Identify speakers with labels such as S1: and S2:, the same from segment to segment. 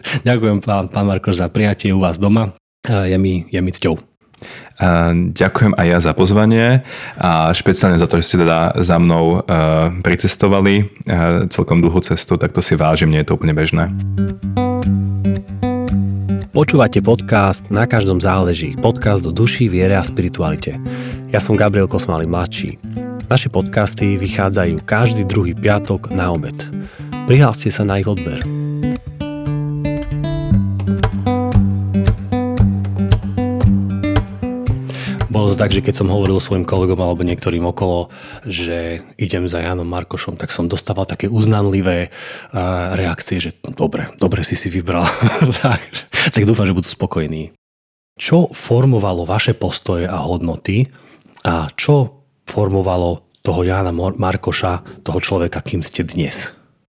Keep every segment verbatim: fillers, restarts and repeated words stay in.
S1: Ďakujem, pán, pán Markoš, za prijatie u vás doma. Je mi, je mi cťou.
S2: Ďakujem aj ja za pozvanie a špeciálne za to, že ste teda za mnou pricestovali celkom dlhú cestu, tak to si vážim, nie je to úplne bežné.
S1: Počúvate podcast Na každom záleží. Podcast o duši, viere a spiritualite. Ja som Gabriel Kosmály mladší. Naše podcasty vychádzajú každý druhý piatok na obed. Prihláste sa na ich odber. Bolo to tak, že keď som hovoril svojim kolegom alebo niektorým okolo, že idem za Jánom Markošom, tak som dostával také uznanlivé uh, reakcie, že dobre, dobre si si vybral. tak, tak dúfam, že budú spokojní. Čo formovalo vaše postoje a hodnoty a čo formovalo toho Jána Markoša, toho človeka, kým ste dnes?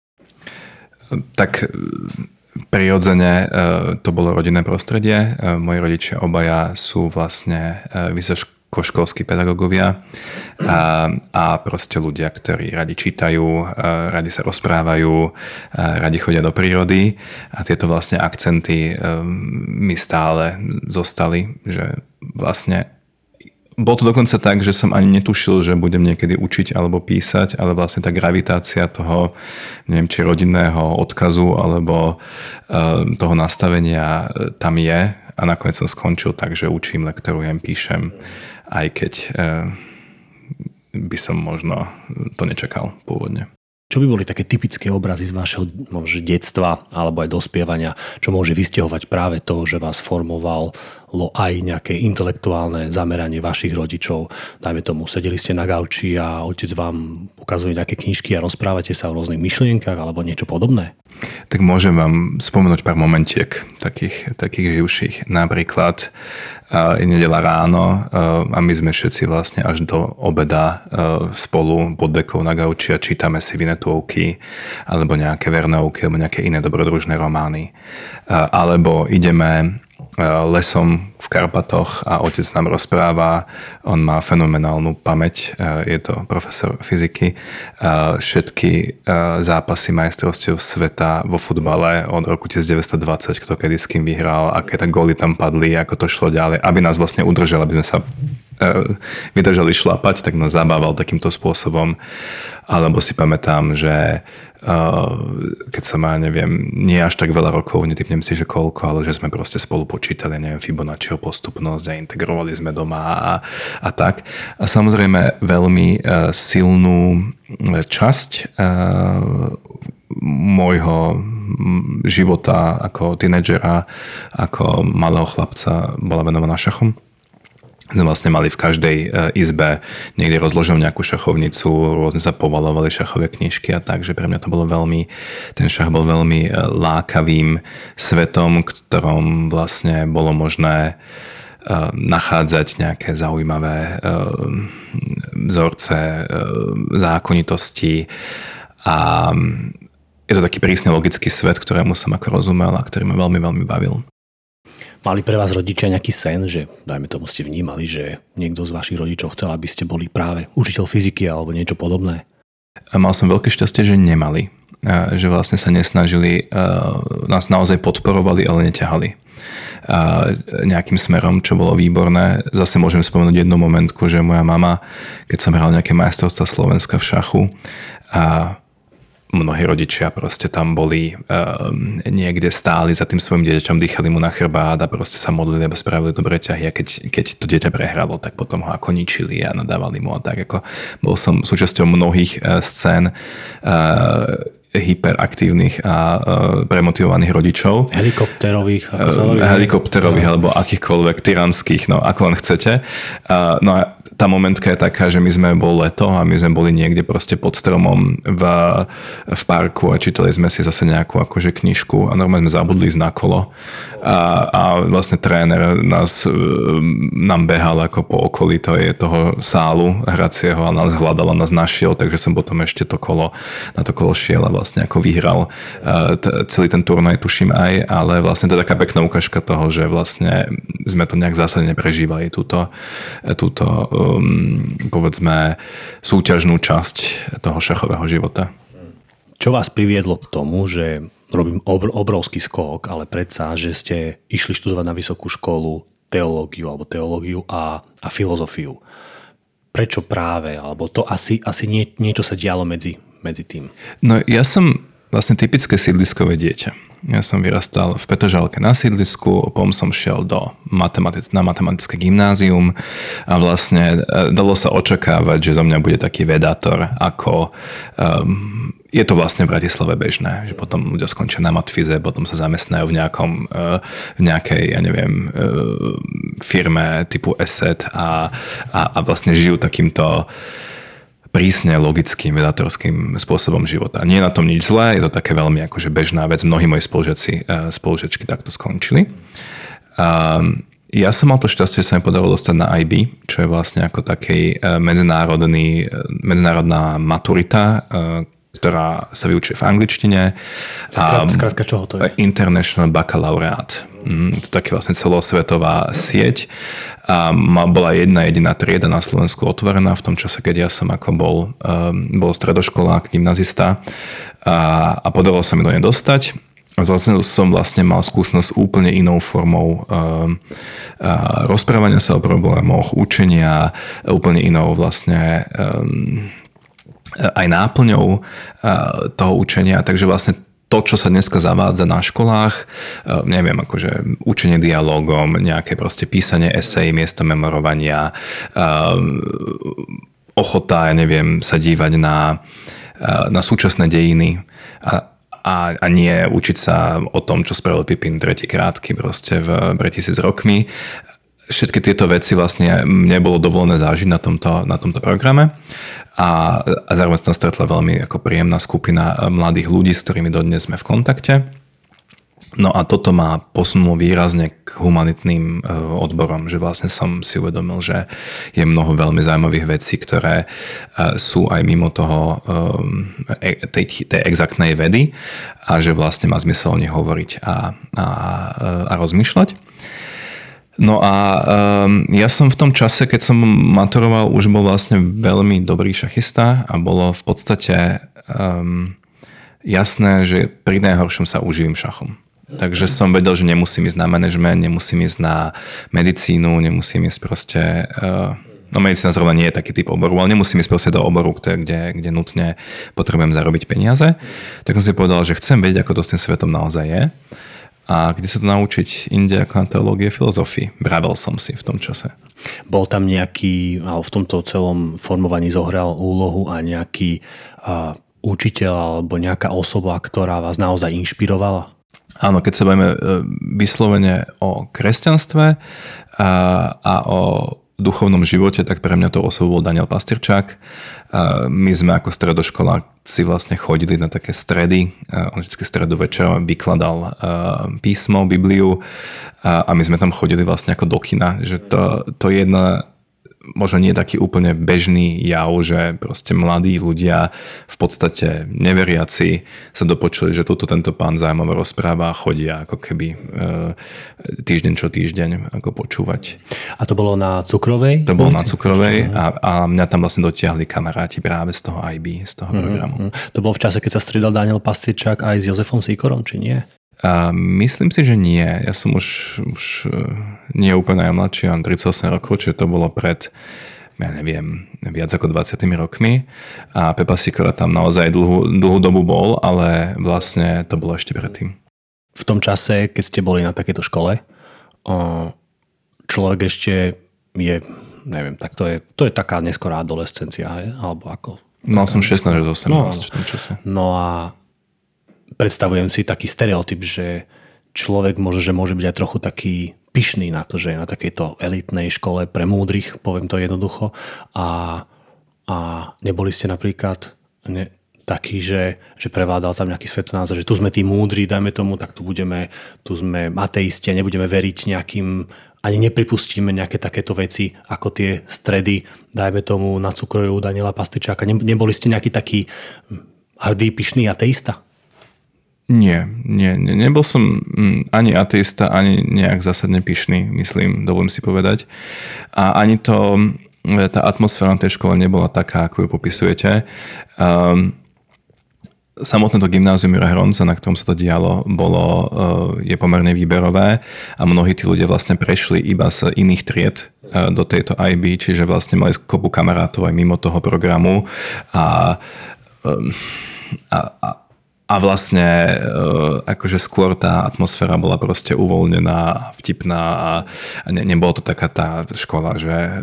S2: Tak prirodzene to bolo rodinné prostredie. Moji rodičia obaja sú vlastne vysokoškolskí pedagógovia a, a proste ľudia, ktorí radi čítajú, radi sa rozprávajú, radi chodia do prírody a tieto vlastne akcenty mi stále zostali, že vlastne bolo to dokonca tak, že som ani netušil, že budem niekedy učiť alebo písať, ale vlastne tá gravitácia toho, neviem, či rodinného odkazu alebo uh, toho nastavenia tam je a nakoniec som skončil tak, že učím, lektorujem, píšem, aj keď uh, by som možno to nečakal pôvodne.
S1: Čo by boli také typické obrazy z vašeho možno, detstva alebo aj dospievania, čo môže vystihovať práve to, že vás formovalo aj nejaké intelektuálne zameranie vašich rodičov? Dajme tomu, sedeli ste na gauči a otec vám ukazuje nejaké knižky a rozprávate sa o rôznych myšlienkach alebo niečo podobné?
S2: Tak môžem vám spomenúť pár momentiek takých, takých živších. Napríklad uh, je nedeľa ráno uh, a my sme všetci vlastne až do obeda uh, spolu pod dekou na gauči a čítame si Vinetuovky alebo nejaké Verneovky alebo nejaké iné dobrodružné romány. Uh, alebo ideme lesom v Karpatoch a otec nám rozpráva, on má fenomenálnu pamäť, je to profesor fyziky, všetky zápasy majstrovstiev sveta vo futbale od roku devätnásťstodvadsať, kto kedy s kým vyhral, aké tak góly tam padli, ako to šlo ďalej, aby nás vlastne udržal, aby sme sa vydržali šlapať, tak nás zabával takýmto spôsobom. Alebo si pamätám, že uh, keď sa má, neviem, nie až tak veľa rokov, netypnem si, že koľko, ale že sme proste spolu počítali, neviem, Fibonacciho postupnosť a integrovali sme doma a, a tak. A samozrejme veľmi uh, silnú časť uh, môjho života ako tínedžera, ako malého chlapca bola venovaná šachom. Sme vlastne mali v každej izbe niekde rozloženú nejakú šachovnicu, rôzne sa povalovali šachové knižky a tak, že pre mňa to bolo veľmi, ten šach bol veľmi lákavým svetom, ktorom vlastne bolo možné nachádzať nejaké zaujímavé vzorce, zákonitosti a je to taký prísne logický svet, ktorému som ako rozumel a ktorý ma veľmi, veľmi bavil.
S1: Mali pre vás rodičia nejaký sen, že dajme tomu ste vnímali, že niekto z vašich rodičov chcel, aby ste boli práve učiteľ fyziky alebo niečo podobné?
S2: Mal som veľké šťastie, že nemali. Že vlastne sa nesnažili, nás naozaj podporovali, ale neťahali nejakým smerom, čo bolo výborné. Zase môžem spomenúť jednu momentku, že moja mama, keď som hral nejaké majstrovstvá Slovenska v šachu, a mnohí rodičia proste tam boli um, niekde stáli za tým svojim dieťaťom, dýchali mu na chrbát a proste sa modlili, aby spravili dobré ťahy a keď, keď to dieťa prehralo, tak potom ho ako ničili a nadávali mu a tak ako bol som súčasťou mnohých uh, scén uh, hyperaktívnych a uh, premotivovaných rodičov.
S1: Helikopterových.
S2: Uh, helikopterových no. Alebo akýchkoľvek tyranských, no ako len chcete. Uh, no a tá momentka je taká, že my sme bol leto a my sme boli niekde proste pod stromom v, v parku a čítali sme si zase nejakú akože knižku a normálne sme zabudli ísť na kolo a, a vlastne tréner nás, nám behal ako po okolí to je toho sálu hracieho a nás hľadal a nás našiel, takže som potom ešte to kolo, na to kolo šiel a vlastne ako vyhral t- celý ten turnaj, tuším aj, ale vlastne to je taká pekná ukážka toho, že vlastne sme to nejak zásadne prežívali túto, túto um, povedzme súťažnú časť toho šachového života.
S1: Čo vás priviedlo k tomu, že robím obr- obrovský skok, ale predsa, že ste išli študovať na vysokú školu teológiu alebo teológiu a, a filozofiu. Prečo práve? Alebo to asi, asi nie, niečo sa dialo medzi, medzi tým?
S2: No ja som vlastne typické sídliskové dieťa. Ja som vyrastal v Petržalke na sídlisku, potom som šiel do matematic- na matematické gymnázium a vlastne dalo sa očakávať, že zo mňa bude taký vedátor, ako um, je to vlastne v Bratislave bežné, že potom ľudia skončia na matfize, potom sa zamestnajú v nejakom, uh, v nejakej, ja neviem, uh, firme typu Asset a, a, a vlastne žijú takýmto prísne logickým, vedátorským spôsobom života. Nie je na tom nič zlé, je to také veľmi akože bežná vec. Mnohí moji spolužiaci, spolužiačky takto skončili. Ja som mal to šťastie, že sa mi podarilo dostať na í bé, čo je vlastne ako taký medzinárodný, medzinárodná maturita, ktorá sa vyučuje v angličtine.
S1: Skrátka, čoho to je?
S2: International Baccalaureate. Mm, to je taký vlastne celosvetová sieť. A bola jedna jediná trieda na Slovensku otvorená v tom čase, keď ja som ako bol, um, bol stredoškolák, gymnazista a, a podarilo sa mi do nej dostať. Vlastne som vlastne mal skúsenosť s úplne inou formou um, rozprávania sa o problémoch, učenia, úplne inou vlastne um, aj náplňou toho učenia, takže vlastne to, čo sa dneska zavádza na školách, neviem, akože učenie dialógom, nejaké proste písanie esej miesto memorovania, ochota, ja neviem, sa dívať na, na súčasné dejiny a, a, a nie učiť sa o tom, čo spravil Pipin tretí krátky proste v tisíc rokmi. Všetky tieto veci vlastne mne bolo dovolené zážiť na tomto, na tomto programe a, a zároveň sa tam stretla veľmi ako príjemná skupina mladých ľudí, s ktorými dodnes sme v kontakte. No a toto ma posunulo výrazne k humanitným odborom, že vlastne som si uvedomil, že je mnoho veľmi zaujímavých vecí, ktoré sú aj mimo toho tej, tej exaktnej vedy a že vlastne má zmysel o nich hovoriť a, a, a rozmýšľať. No a um, ja som v tom čase, keď som maturoval, už bol vlastne veľmi dobrý šachista a bolo v podstate um, jasné, že pri najhoršom sa uživím šachom. Takže som vedel, že nemusím ísť na manažment, nemusím ísť na medicínu, nemusím ísť proste... Uh, no medicína zrovna nie je taký typ oboru, ale nemusím ísť proste do oboru, kde, kde nutne potrebujem zarobiť peniaze. Tak som si povedal, že chcem vedieť, ako to s tým svetom naozaj je. A kde sa to naučiť inde ako na teológie filozofii. Vravel som si v tom čase.
S1: Bol tam nejaký, alebo v tomto celom formovaní zohral úlohu a nejaký uh, učiteľ alebo nejaká osoba, ktorá vás naozaj inšpirovala?
S2: Áno, keď sa bavíme vyslovene o kresťanstve a, a o duchovnom živote, tak pre mňa to osobou bol Daniel Pastyrčák. My sme ako stredoškoláci vlastne chodili na také stredy. On vždy stredu večer vykladal písmo, Bibliu a my sme tam chodili vlastne ako do kina. Že to, to je jedna možno nie taký úplne bežný jav, že proste mladí ľudia v podstate neveriaci sa dopočuli, že tuto tento pán zaujímavé rozpráva a chodia ako keby týždeň čo týždeň ako počúvať.
S1: A to bolo na Cukrovej?
S2: To bolo na Cukrovej a, a mňa tam vlastne dotiahli kamaráti práve z toho í bé, z toho mm-hmm. programu.
S1: To bolo v čase, keď sa striedal Daniel Pastyrčák aj s Jozefom Sýkorom, či nie?
S2: A myslím si, že nie. Ja som už, už nie úplne najmladší, mám tridsaťosem rokov, čiže to bolo pred, ja neviem, viac ako dvadsiatimi rokmi. A Pepa Sýkora tam naozaj dlhú, dlhú dobu bol, ale vlastne to bolo ešte predtým.
S1: V tom čase, keď ste boli na takéto škole, človek ešte je, neviem, tak to je, to je taká neskorá adolescencia, hej? Alebo ako?
S2: Mal som šestnásť až osemnásť
S1: no,
S2: v tom čase.
S1: No a predstavujem si taký stereotyp, že človek môže, že môže byť aj trochu taký pyšný na to, že je na takejto elitnej škole pre múdrych, poviem to jednoducho. A, a neboli ste napríklad ne, takí, že, že prevládal tam nejaký svetonázor, že tu sme tí múdri, dajme tomu, tak tu budeme, tu sme ateisti a nebudeme veriť nejakým, ani nepripustíme nejaké takéto veci, ako tie stredy, dajme tomu na Cukrovu Daniela Pastyrčáka. Neboli ste nejaký taký hrdý, pyšný ateista?
S2: Nie, nie, nie, nebol som ani ateista, ani nejak zásadne pyšný, myslím, dovolím si povedať. A ani to, tá atmosféra na tej škole nebola taká, ako ju popisujete. Um, Samotné to gymnázium Jura Hronca, na ktorom sa to dialo, bolo, je pomerne výberové a mnohí tí ľudia vlastne prešli iba z iných tried do tejto í bé, čiže vlastne mali kopu kamarátov aj mimo toho programu a, a, a, a vlastne akože skôr tá atmosféra bola proste uvoľnená, vtipná a ne, nebola to taká tá škola, že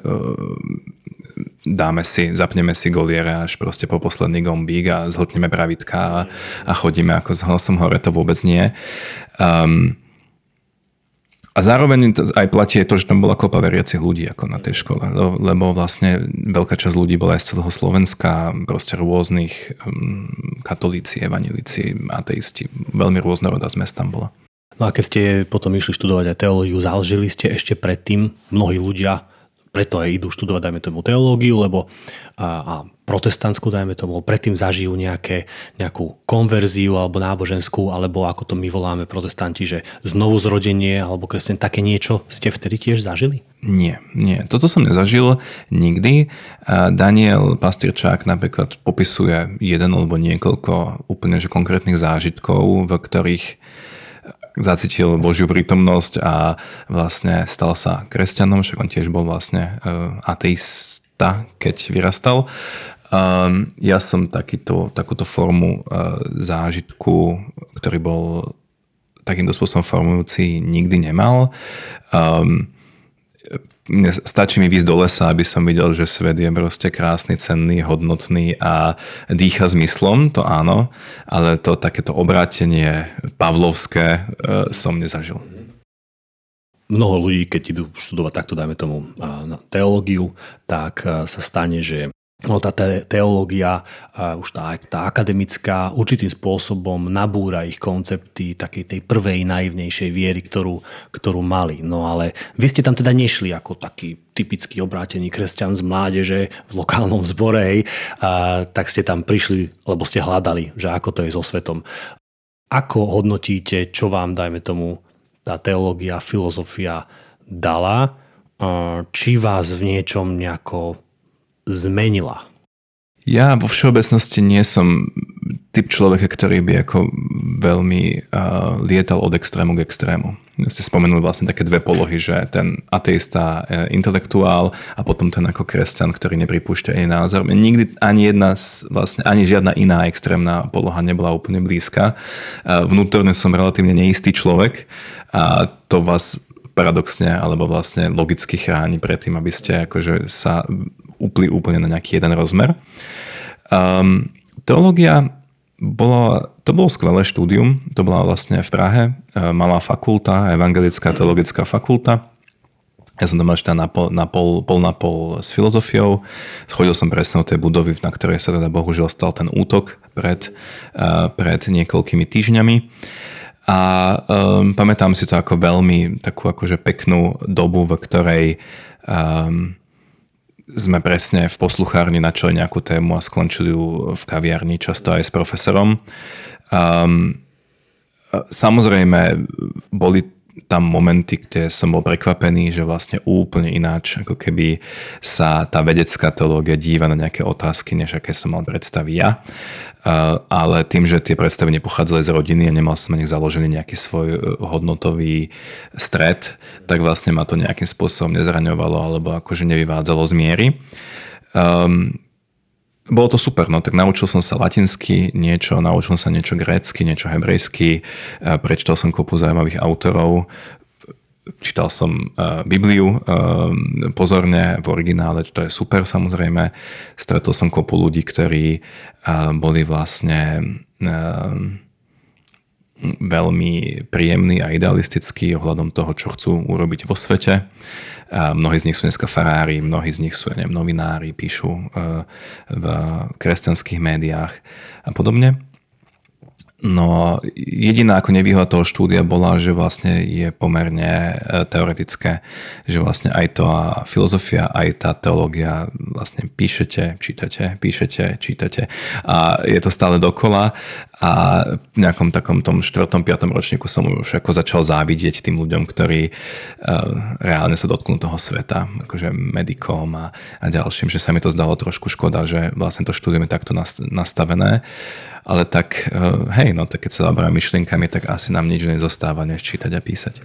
S2: dáme si, zapneme si goliere až proste po posledný gombík a zhltneme pravidká a, a chodíme ako s hlasom hore, to vôbec nie. Um, a zároveň to aj platí to, že tam bola kopa veriacich ľudí ako na tej škole, lebo vlastne veľká časť ľudí bola aj z celého Slovenska, proste rôznych um, katolíci, evanjelíci, ateisti, veľmi rôznorodá zmes tam bola.
S1: No a keď ste potom išli študovať aj teológiu, zažili ste ešte predtým mnohí ľudia, preto aj idú študovať, dajme tomu, teológiu, lebo a, a protestantskú, dajme tomu, predtým zažijú nejaké, nejakú konverziu alebo náboženskú, alebo ako to my voláme protestanti, že znovu zrodenie alebo kresťan, také niečo ste vtedy tiež zažili?
S2: Nie, nie. Toto som nezažil nikdy. Daniel Pastierčák napríklad popisuje jeden alebo niekoľko úplne že konkrétnych zážitkov, v ktorých zacítil Božiu prítomnosť a vlastne stal sa kresťanom, však on tiež bol vlastne ateista, keď vyrastal. Ja som takýto, takúto formu zážitku, ktorý bol takýmto spôsobom formujúci, nikdy nemal. Stačí mi výjsť do lesa, aby som videl, že svet je proste krásny, cenný, hodnotný a dýcha zmyslom, to áno, ale to takéto obrátenie pavlovské e, som nezažil.
S1: Mnoho ľudí, keď idú študovať takto, dajme tomu, na teológiu, tak sa stane, že no, tá te- teológia, uh, už tá, tá akademická, určitým spôsobom nabúra ich koncepty takej tej prvej naivnejšej viery, ktorú, ktorú mali. No ale vy ste tam teda nešli ako taký typický obrátený kresťan z mládeže v lokálnom zbore, hej, uh, tak ste tam prišli, lebo ste hľadali, že ako to je so svetom. Ako hodnotíte, čo vám, dajme tomu, tá teológia, filozofia dala? Uh, či vás v niečom nejako zmenila?
S2: Ja vo všeobecnosti nie som typ človeka, ktorý by ako veľmi uh, lietal od extrému k extrému. Ste spomenuli vlastne také dve polohy, že ten ateista, intelektuál a potom ten ako kresťan, ktorý nepripúšťa iný názor. Nikdy ani jedna, vlastne ani žiadna iná extrémna poloha nebola úplne blízka. Uh, vnútorne som relatívne neistý človek a to vás paradoxne alebo vlastne logicky chráni pred tým, aby ste akože sa upli úplne na nejaký jeden rozmer. Um, teológia bola, to bolo skvelé štúdium, to bola vlastne v Prahe, malá fakulta, evangelická teologická fakulta. Ja som tam až na pol, na pol, pol na pol s filozofiou. Chodil som presne do tej budovy, na ktorej sa teda bohužiaľ stal ten útok pred, uh, pred niekoľkými týždňami. A um, pamätám si to ako veľmi takú akože peknú dobu, v ktorej um, sme presne v posluchárni načali nejakú tému a skončili ju v kaviarni, často aj s profesorom. Um, samozrejme, boli tam momenty, kde som bol prekvapený, že vlastne úplne ináč, ako keby sa tá vedecká teológia díva na nejaké otázky, než aké som mal predstavy ja. Uh, ale tým, že tie predstavy nepochádzali z rodiny a nemal som na nich založený nejaký svoj hodnotový stred, tak vlastne ma to nejakým spôsobom nezraňovalo alebo akože nevyvádzalo z miery. Um, bolo to super, no tak naučil som sa latinsky niečo, naučil som sa niečo grécky, niečo hebrejsky, uh, prečítal som kopu zaujímavých autorov, čítal som uh, Bibliu uh, pozorne v originále, to je super samozrejme. Stretol som kopu ľudí, ktorí uh, boli vlastne uh, veľmi príjemní a idealistickí ohľadom toho, čo chcú urobiť vo svete. Uh, mnohí z nich sú dneska farári, mnohí z nich sú neviem, novinári, píšu uh, v kresťanských médiách a podobne. No jediná ako nevýhoda toho štúdia bola, že vlastne je pomerne teoretické, že vlastne aj to a filozofia, aj tá teológia vlastne píšete, čítate, píšete, čítate a je to stále dokola A v nejakom takom tom štvrtom, piatom ročníku som už ako začal závidieť tým ľuďom, ktorí uh, reálne sa dotknú toho sveta, akože medikom a, a ďalším, že sa mi to zdalo trošku škoda, že vlastne to štúdium je takto nastavené. Ale tak, uh, hej, no tak keď sa zaoberám myšlienkami, tak asi nám nič nezostáva, než čítať a písať.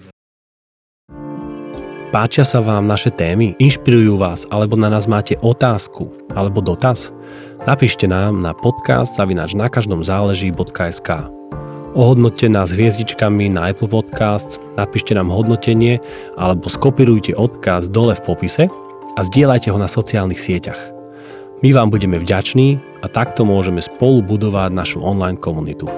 S3: Páčia sa vám naše témy? Inšpirujú vás? Alebo na nás máte otázku? Alebo dotaz? Napíšte nám na podcast zavináč na každom záleží bodka es ká. Ohodnoťte nás hviezdičkami na Apple Podcasts, napíšte nám hodnotenie alebo skopírujte odkaz dole v popise a zdieľajte ho na sociálnych sieťach. My vám budeme vďační a takto môžeme spolu budovať našu online komunitu.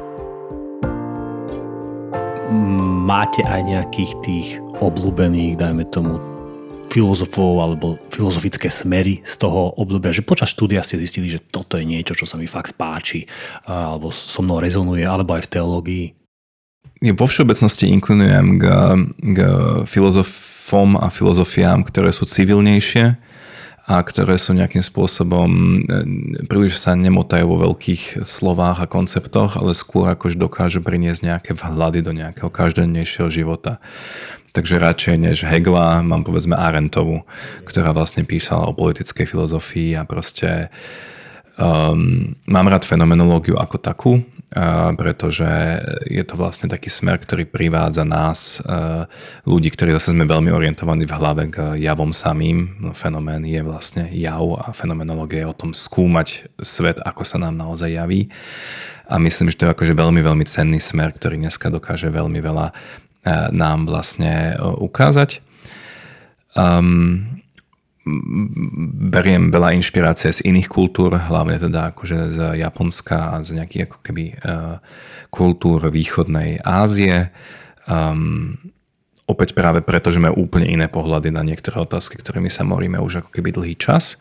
S1: Máte aj nejakých tých obľúbených, dajme tomu, filozofov alebo filozofické smery z toho obdobia, že počas štúdia ste zistili, že toto je niečo, čo sa mi fakt páči alebo so mnou rezonuje, alebo aj v teológii?
S2: Vo všeobecnosti inklinujem k, k filozofom a filozofiám, ktoré sú civilnejšie a ktoré sú nejakým spôsobom, príliš sa nemotajú vo veľkých slovách a konceptoch, ale skôr akož dokážu priniesť nejaké vhľady do nejakého každodennejšieho života. Takže radšej než Hegla mám povedzme Arendtovu, ktorá vlastne písala o politickej filozofii a proste um, mám rád fenomenológiu ako takú, uh, pretože je to vlastne taký smer, ktorý privádza nás, uh, ľudí, ktorí zase sme veľmi orientovaní v hlave k javom samým. No, fenomén je vlastne jav a fenomenológia je o tom skúmať svet, ako sa nám naozaj javí. A myslím, že to je akože veľmi, veľmi cenný smer, ktorý dneska dokáže veľmi veľa nám vlastne ukázať. Um, beriem veľa inšpirácie z iných kultúr, hlavne teda akože z Japonska a z nejakých ako keby uh, kultúr východnej Ázie. Um, opäť práve preto, že majú úplne iné pohľady na niektoré otázky, ktorými sa moríme už ako keby dlhý čas.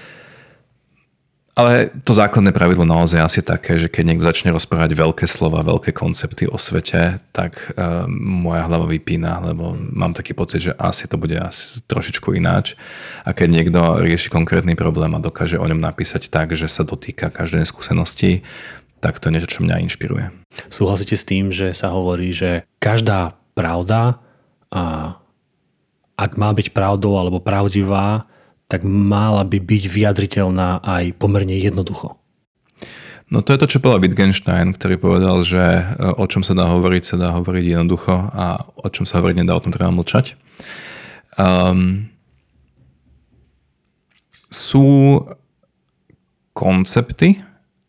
S2: Ale to základné pravidlo naozaj asi také, že keď niekto začne rozprávať veľké slova, veľké koncepty o svete, tak uh, moja hlava vypína, lebo mám taký pocit, že asi to bude asi trošičku ináč. A keď niekto rieši konkrétny problém a dokáže o ňom napísať tak, že sa dotýka každej skúsenosti, tak to je niečo, čo mňa inšpiruje.
S1: Súhlasíte s tým, že sa hovorí, že každá pravda, a ak má byť pravdou alebo pravdivá, tak mala by byť vyjadriteľná aj pomerne jednoducho?
S2: No to je to, čo povedal Wittgenstein, ktorý povedal, že o čom sa dá hovoriť, sa dá hovoriť jednoducho a o čom sa hovoriť nedá, o tom treba mlčať. Um, sú koncepty,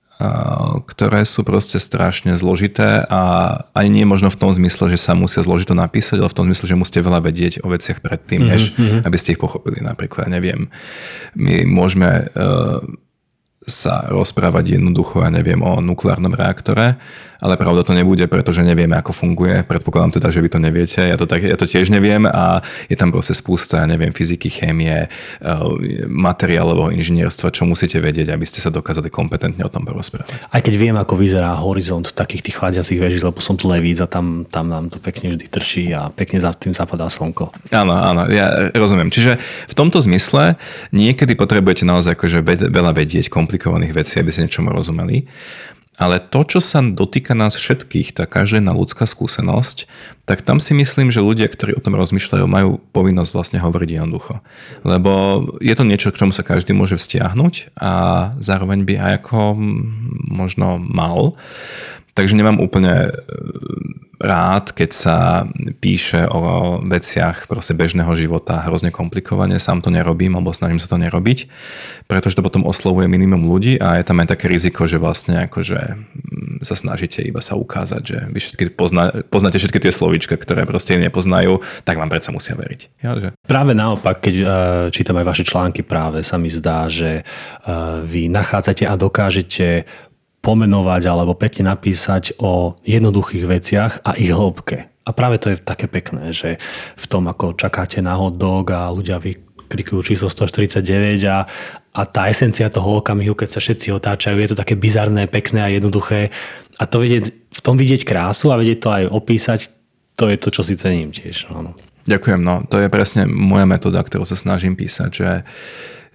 S2: ktoré sú proste strašne zložité a ani nie je možno v tom zmysle, že sa musia zložito napísať, ale v tom zmysle, že musíte veľa vedieť o veciach predtým, než mm-hmm. aby ste ich pochopili. Napríklad, neviem, my môžeme uh, sa rozprávať jednoducho, ja neviem, o nukleárnom reaktore, ale pravda to nebude, pretože nevieme, ako funguje. Predpokladám teda, že vy to neviete. Ja to, tak, ja to tiež neviem a je tam proste spústa, neviem, fyziky, chémie, materiálového inžinierstva, čo musíte vedieť, aby ste sa dokázali kompetentne o tom porozprávať.
S1: Aj keď viem, ako vyzerá horizont takých tých chladiacich veží, lebo som tu levíc a tam, tam nám to pekne vždy trčí a pekne za tým zapadá slnko.
S2: Áno, áno, ja rozumiem. Čiže v tomto zmysle niekedy potrebujete naozaj akože veľa vedieť komplikovaných vecí, aby ste niečomu rozumeli. Ale to, čo sa dotýka nás všetkých, tá každá ľudská skúsenosť, tak tam si myslím, že ľudia, ktorí o tom rozmýšľajú, majú povinnosť vlastne hovoriť jednoducho. Lebo je to niečo, k čomu sa každý môže vzťahnuť a zároveň by aj ako možno mal. Takže nemám úplne rád, keď sa píše o veciach proste bežného života hrozne komplikovane, sám to nerobím, alebo snažím sa to nerobiť, pretože to potom oslovuje minimum ľudí a je tam aj také riziko, že vlastne akože sa snažíte iba sa ukázať, že vy všetky pozná, poznáte všetky tie slovíčka, ktoré proste nepoznajú, tak vám predsa musia veriť. Ja, že?
S1: Práve naopak, keď uh, čítam aj vaše články, práve sa mi zdá, že uh, vy nachádzate a dokážete pomenovať alebo pekne napísať o jednoduchých veciach a ich hĺbke. A práve to je také pekné, že v tom, ako čakáte na hot dog a ľudia vykrikujú číslo stoštyridsaťdeväť a, a tá esencia toho okamihu, keď sa všetci otáčajú, je to také bizarné, pekné a jednoduché. A to vidieť, v tom vidieť krásu a vedieť to aj opísať, to je to, čo si cením tiež. Áno.
S2: Ďakujem, no to je presne moja metóda, ktorú sa snažím písať, že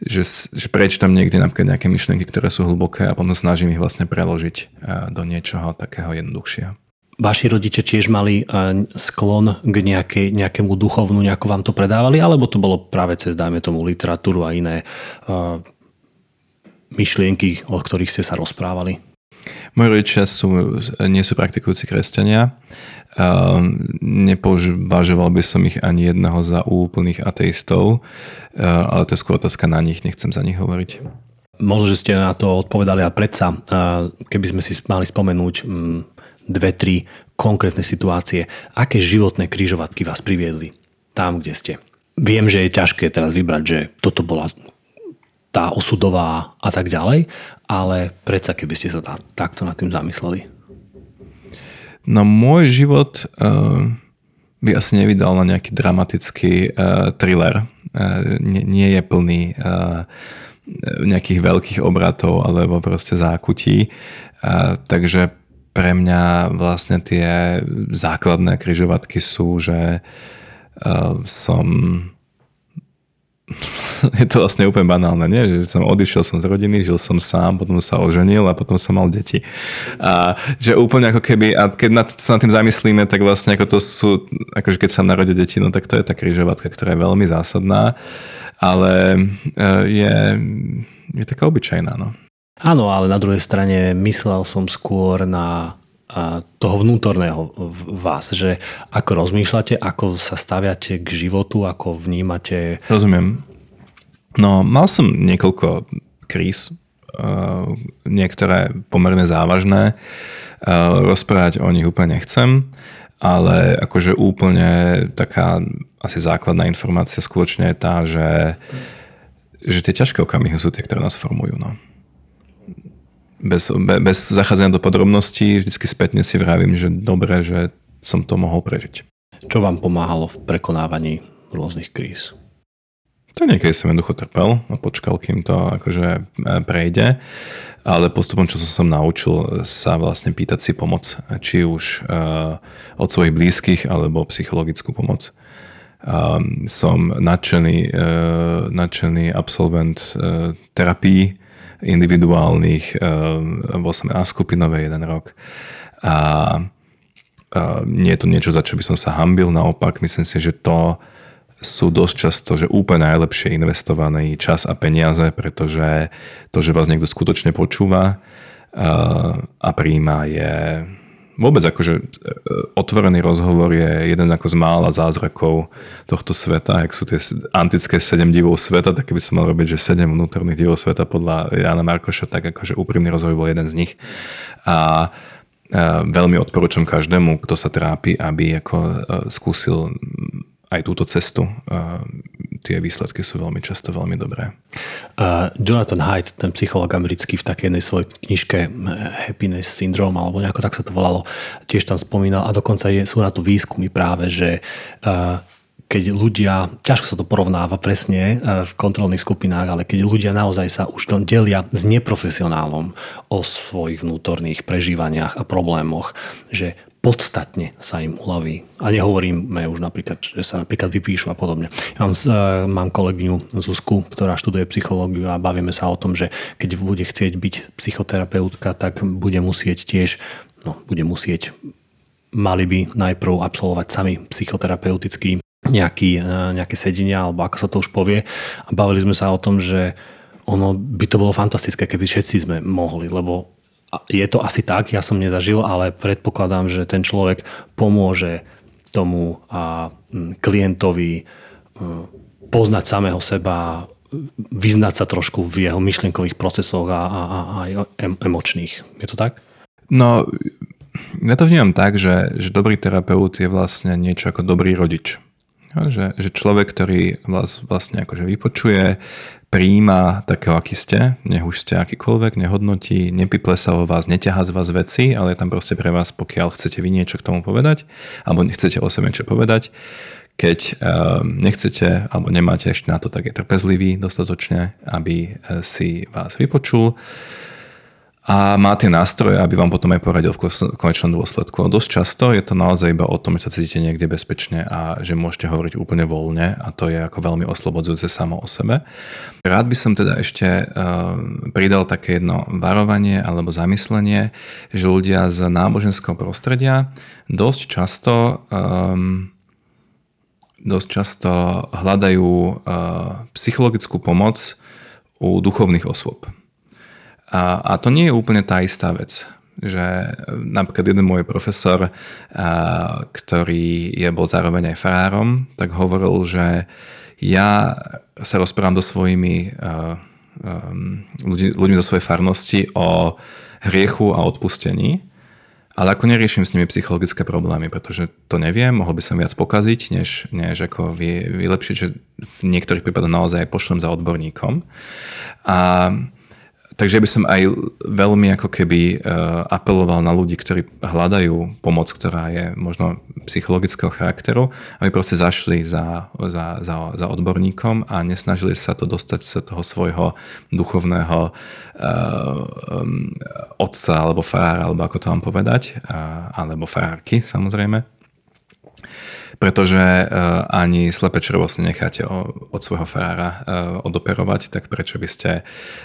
S2: že, že prečítam niekde napríklad nejaké myšlienky, ktoré sú hlboké a potom snažím ich vlastne preložiť do niečoho takého jednoduchšieho.
S1: Vaši rodiče tiež mali sklon k nejakej, nejakému duchovnu, nejako vám to predávali, alebo to bolo práve cez, dajme tomu, literatúru a iné uh, myšlienky, o ktorých ste sa rozprávali?
S2: Moji rodičia sú, nie sú praktikujúci kresťania. Uh, nepovažoval by som ich ani jedného za úplných ateistov, uh, ale to je skôr otázka na nich, nechcem za nich hovoriť.
S1: Možno, že ste na to odpovedali a predsa, uh, keby sme si mali spomenúť um, dve, tri konkrétne situácie. Aké životné križovatky vás priviedli tam, kde ste? Viem, že je ťažké teraz vybrať, že toto bola tá osudová a tak ďalej, ale predsa, keby ste sa tá, takto nad tým zamysleli.
S2: No môj život uh, by asi nevydal na nejaký dramatický uh, thriller. Uh, nie, nie je plný uh, nejakých veľkých obratov alebo proste zákutí. Uh, takže pre mňa vlastne tie základné križovatky sú, že uh, som... je to vlastne úplne banálne, nie? Že som odišiel som z rodiny, žil som sám, potom sa oženil a potom som mal deti. A že úplne ako keby, a keď nad, sa nad tým zamyslíme, tak vlastne ako to sú, akože keď sa narodia deti, no tak to je tá križovatka, ktorá je veľmi zásadná, ale uh, je, je taká obyčajná, no.
S1: Áno, ale na druhej strane myslel som skôr na toho vnútorného vás, že ako rozmýšľate, ako sa staviate k životu, ako vnímate...
S2: Rozumiem. No, mal som niekoľko kríz, niektoré pomerne závažné. Rozprávať o nich úplne nechcem, ale akože úplne taká asi základná informácia skutočne je tá, že, že tie ťažké okamihy sú tie, ktoré nás formujú, no. Bez, bez zachádzania do podrobností, vždycky spätne si vravím, že dobre, že som to mohol prežiť.
S1: Čo vám pomáhalo v prekonávaní rôznych kríz?
S2: To niekedy som jednoducho trpel a počkal, kým to akože prejde, ale postupom, čo som sa naučil sa vlastne pýtať si pomoc, či už uh, od svojich blízkych, alebo psychologickú pomoc. Um, som nadšený, uh, nadšený absolvent uh, terapii, individuálnych, bol som na skupinovej jeden rok a, a nie je to niečo, za čo by som sa hanbil, naopak myslím si, že to sú dosť často, že úplne najlepšie investovaný čas a peniaze, pretože to, že vás niekto skutočne počúva a, a prijíma, je vôbec akože otvorený rozhovor je jeden ako z mála zázrakov tohto sveta, jak sú tie antické sedem divov sveta, tak keby som mal robiť, že sedem vnútorných divov sveta podľa Jána Markoša, tak akože úprimný rozhovor bol jeden z nich. A veľmi odporúčam každému, kto sa trápi, aby ako skúsil aj túto cestu. Tie výsledky sú veľmi často veľmi dobré.
S1: Uh, Jonathan Haidt, ten psychológ americký, v takej jednej svojej knižke Happiness Syndrome, alebo nejako tak sa to volalo, tiež tam spomínal a dokonca je, sú na to výskumy práve, že uh, keď ľudia, ťažko sa to porovnáva presne uh, v kontrolných skupinách, ale keď ľudia naozaj sa už len delia s neprofesionálom o svojich vnútorných prežívaniach a problémoch, že podstatne sa im uľaví. A nehovoríme už napríklad, že sa napríklad vypíšu a podobne. Ja mám, uh, mám kolegyňu Zuzku, ktorá študuje psychológiu a bavíme sa o tom, že keď bude chcieť byť psychoterapeutka, tak bude musieť tiež, no bude musieť, mali by najprv absolvovať sami psychoterapeutický nejaký, uh, nejaké sedenia, alebo ako sa to už povie. A bavili sme sa o tom, že ono by to bolo fantastické, keby všetci sme mohli, lebo je to asi tak, ja som nezažil, ale predpokladám, že ten človek pomôže tomu a klientovi poznať samého seba, vyznať sa trošku v jeho myšlienkových procesoch a, a, a aj emočných. Je to tak?
S2: No, ja to vnímam tak, že, že dobrý terapeut je vlastne niečo ako dobrý rodič. Že, že človek, ktorý vás vlastne akože vypočuje, prijíma takého, aký ste, nech už ste akýkoľvek, nehodnotí, nepiple sa o vás, neťahá z vás veci, ale je tam proste pre vás, pokiaľ chcete vy niečo k tomu povedať, alebo nechcete o sebe niečo povedať. Keď um, nechcete, alebo nemáte ešte na to, tak je trpezlivý dostatočne, aby si vás vypočul. a má tie nástroje, aby vám potom aj poradil v konečnom dôsledku. A dosť často je to naozaj iba o tom, že sa cítite niekde bezpečne a že môžete hovoriť úplne voľne a to je ako veľmi oslobodzujúce samo o sebe. Rád by som teda ešte uh, pridal také jedno varovanie alebo zamyslenie, že ľudia z náboženského prostredia dosť často um, dosť často hľadajú uh, psychologickú pomoc u duchovných osôb. A, a to nie je úplne tá istá vec. Že napríklad jeden môj profesor, a, ktorý je bol zároveň aj farárom, tak hovoril, že ja sa rozprávam so svojimi a, um, ľudí, ľuďmi zo svojej farnosti o hriechu a odpustení, ale ako neriešim s nimi psychologické problémy, pretože to neviem, mohol by som viac pokaziť, než, než ako vy, vylepšiť, že v niektorých prípadoch naozaj pošlem za odborníkom. A takže by som aj veľmi ako keby apeloval na ľudí, ktorí hľadajú pomoc, ktorá je možno psychologického charakteru, aby proste zašli za, za, za, za odborníkom a nesnažili sa to dostať sa toho svojho duchovného uh, um, otca alebo farára, alebo ako to mám povedať, uh, alebo farárky samozrejme. Pretože uh, ani slepé črevo si necháte o, od svojho farára uh, odoperovať, tak prečo by ste uh,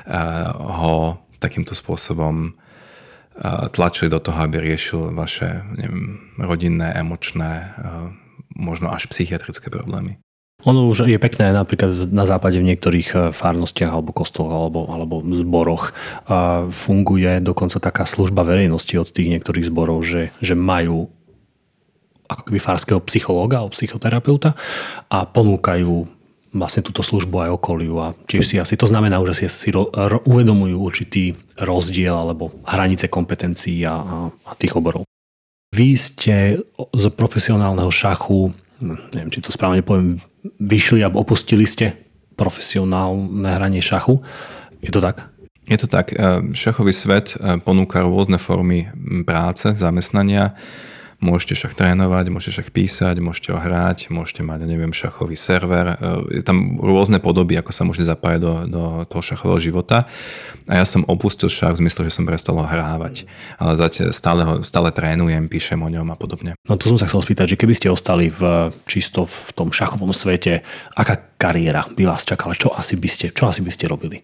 S2: ho takýmto spôsobom uh, tlačili do toho, aby riešil vaše neviem, rodinné, emočné, uh, možno až psychiatrické problémy.
S1: Ono už je pekné napríklad na západe v niektorých farnostiach alebo kostoloch alebo, alebo zboroch uh, funguje dokonca taká služba verejnosti od tých niektorých zborov, že, že majú ako keby farského psychológa alebo psychoterapeuta a ponúkajú vlastne túto službu aj okoliu a tiež si asi, to znamená, že si, si ro, ro, uvedomujú určitý rozdiel alebo hranice kompetencií a, a, a tých oborov. Vy ste z profesionálneho šachu, neviem, či to správne poviem, vyšli a opustili ste profesionálne hranie šachu. Je to tak?
S2: Je to tak. Šachový svet ponúka rôzne formy práce, zamestnania. Môžete šach trénovať, môžete šach písať, môžete ho hrať, môžete mať, neviem, šachový server. Je tam rôzne podoby, ako sa môžete zapájať do, do toho šachového života. A ja som opustil šach v zmysle, že som prestal ho hrávať. Ale zatiaľ stále, ho, stále trénujem, píšem o ňom a podobne.
S1: No to som sa chcel spýtať, že keby ste ostali v, čisto v tom šachovom svete, aká kariéra by vás čakala? Čo asi by ste, čo asi by ste robili?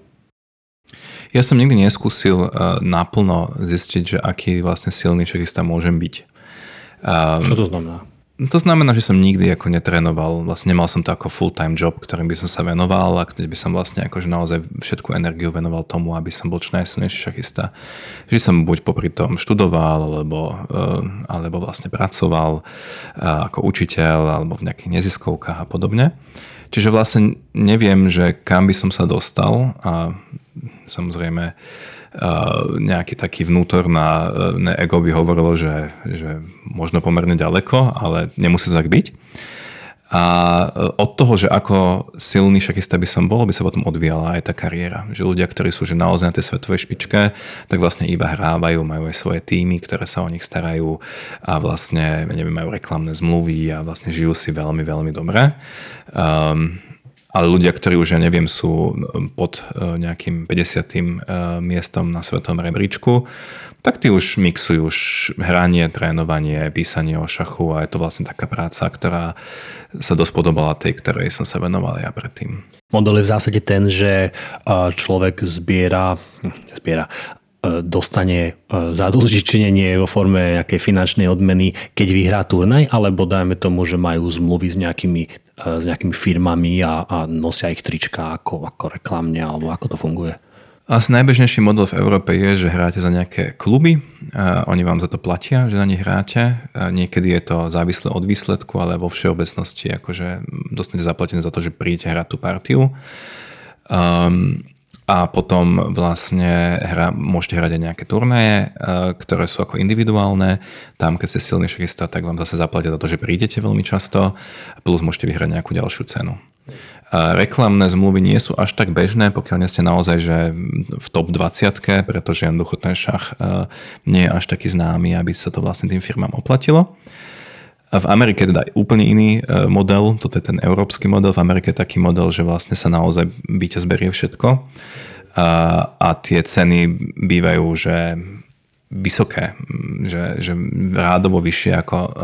S2: Ja som nikdy neskúsil uh, naplno zistiť, že aký vlastne silný šachista môžem byť. Um,
S1: Čo to znamená?
S2: To znamená, že som nikdy ako netrénoval, vlastne nemal som to ako full-time job, ktorým by som sa venoval a kde by som vlastne akože naozaj všetku energiu venoval tomu, aby som bol čo najsilnejší šachista. Že som buď popri tom študoval, alebo, uh, alebo vlastne pracoval uh, ako učiteľ, alebo v nejakých neziskovkách a podobne. Čiže vlastne neviem, že kam by som sa dostal a samozrejme Uh, nejaký taký vnútorná uh, ego by hovorilo, že, že možno pomerne ďaleko, ale nemusí to tak byť. A uh, od toho, že ako silný šachista by som bol, by sa potom odvíjala aj tá kariéra. Že ľudia, ktorí sú že naozaj na tej svetovej špičke, tak vlastne iba hrávajú, majú aj svoje týmy, ktoré sa o nich starajú a vlastne neviem, majú reklamné zmluvy a vlastne žijú si veľmi, veľmi dobre. Um, Ale ľudia, ktorí už, ja neviem, sú pod nejakým päťdesiatym miestom na svetovom rebríčku, tak tí už mixujú už hranie, trénovanie, písanie o šachu a je to vlastne taká práca, ktorá sa dosť podobala tej, ktorej som sa venoval ja predtým.
S1: Model je v zásade ten, že človek zbiera, zbiera dostane zadozučinenie vo forme nejakej finančnej odmeny, keď vyhrá turnaj, alebo dajme tomu, že majú zmluvy s nejakými, s nejakými firmami a, a nosia ich trička ako, ako reklamne, alebo ako to funguje?
S2: Asi najbežnejší model v Európe je, že hráte za nejaké kluby, a oni vám za to platia, že na nich hráte. A niekedy je to závislé od výsledku, ale vo všeobecnosti akože dostanete zaplatené za to, že prídete hrať tú partiu. Um, A potom vlastne hra, môžete hrať aj nejaké turnaje, ktoré sú ako individuálne. Tam, keď ste silný šachista, tak vám zase zaplatia za to, že prídete veľmi často, plus môžete vyhrať nejakú ďalšiu cenu. Reklamné zmluvy nie sú až tak bežné, pokiaľ nie ste naozaj že v top dvadsiatke, pretože jednoducho ten šach nie je až taký známy, aby sa to vlastne tým firmám oplatilo. V Amerike je teda úplne iný model, toto je ten európsky model. V Amerike je taký model, že vlastne sa naozaj víťaz berie všetko. a tie ceny bývajú, že vysoké, že, že rádovo vyššie ako um,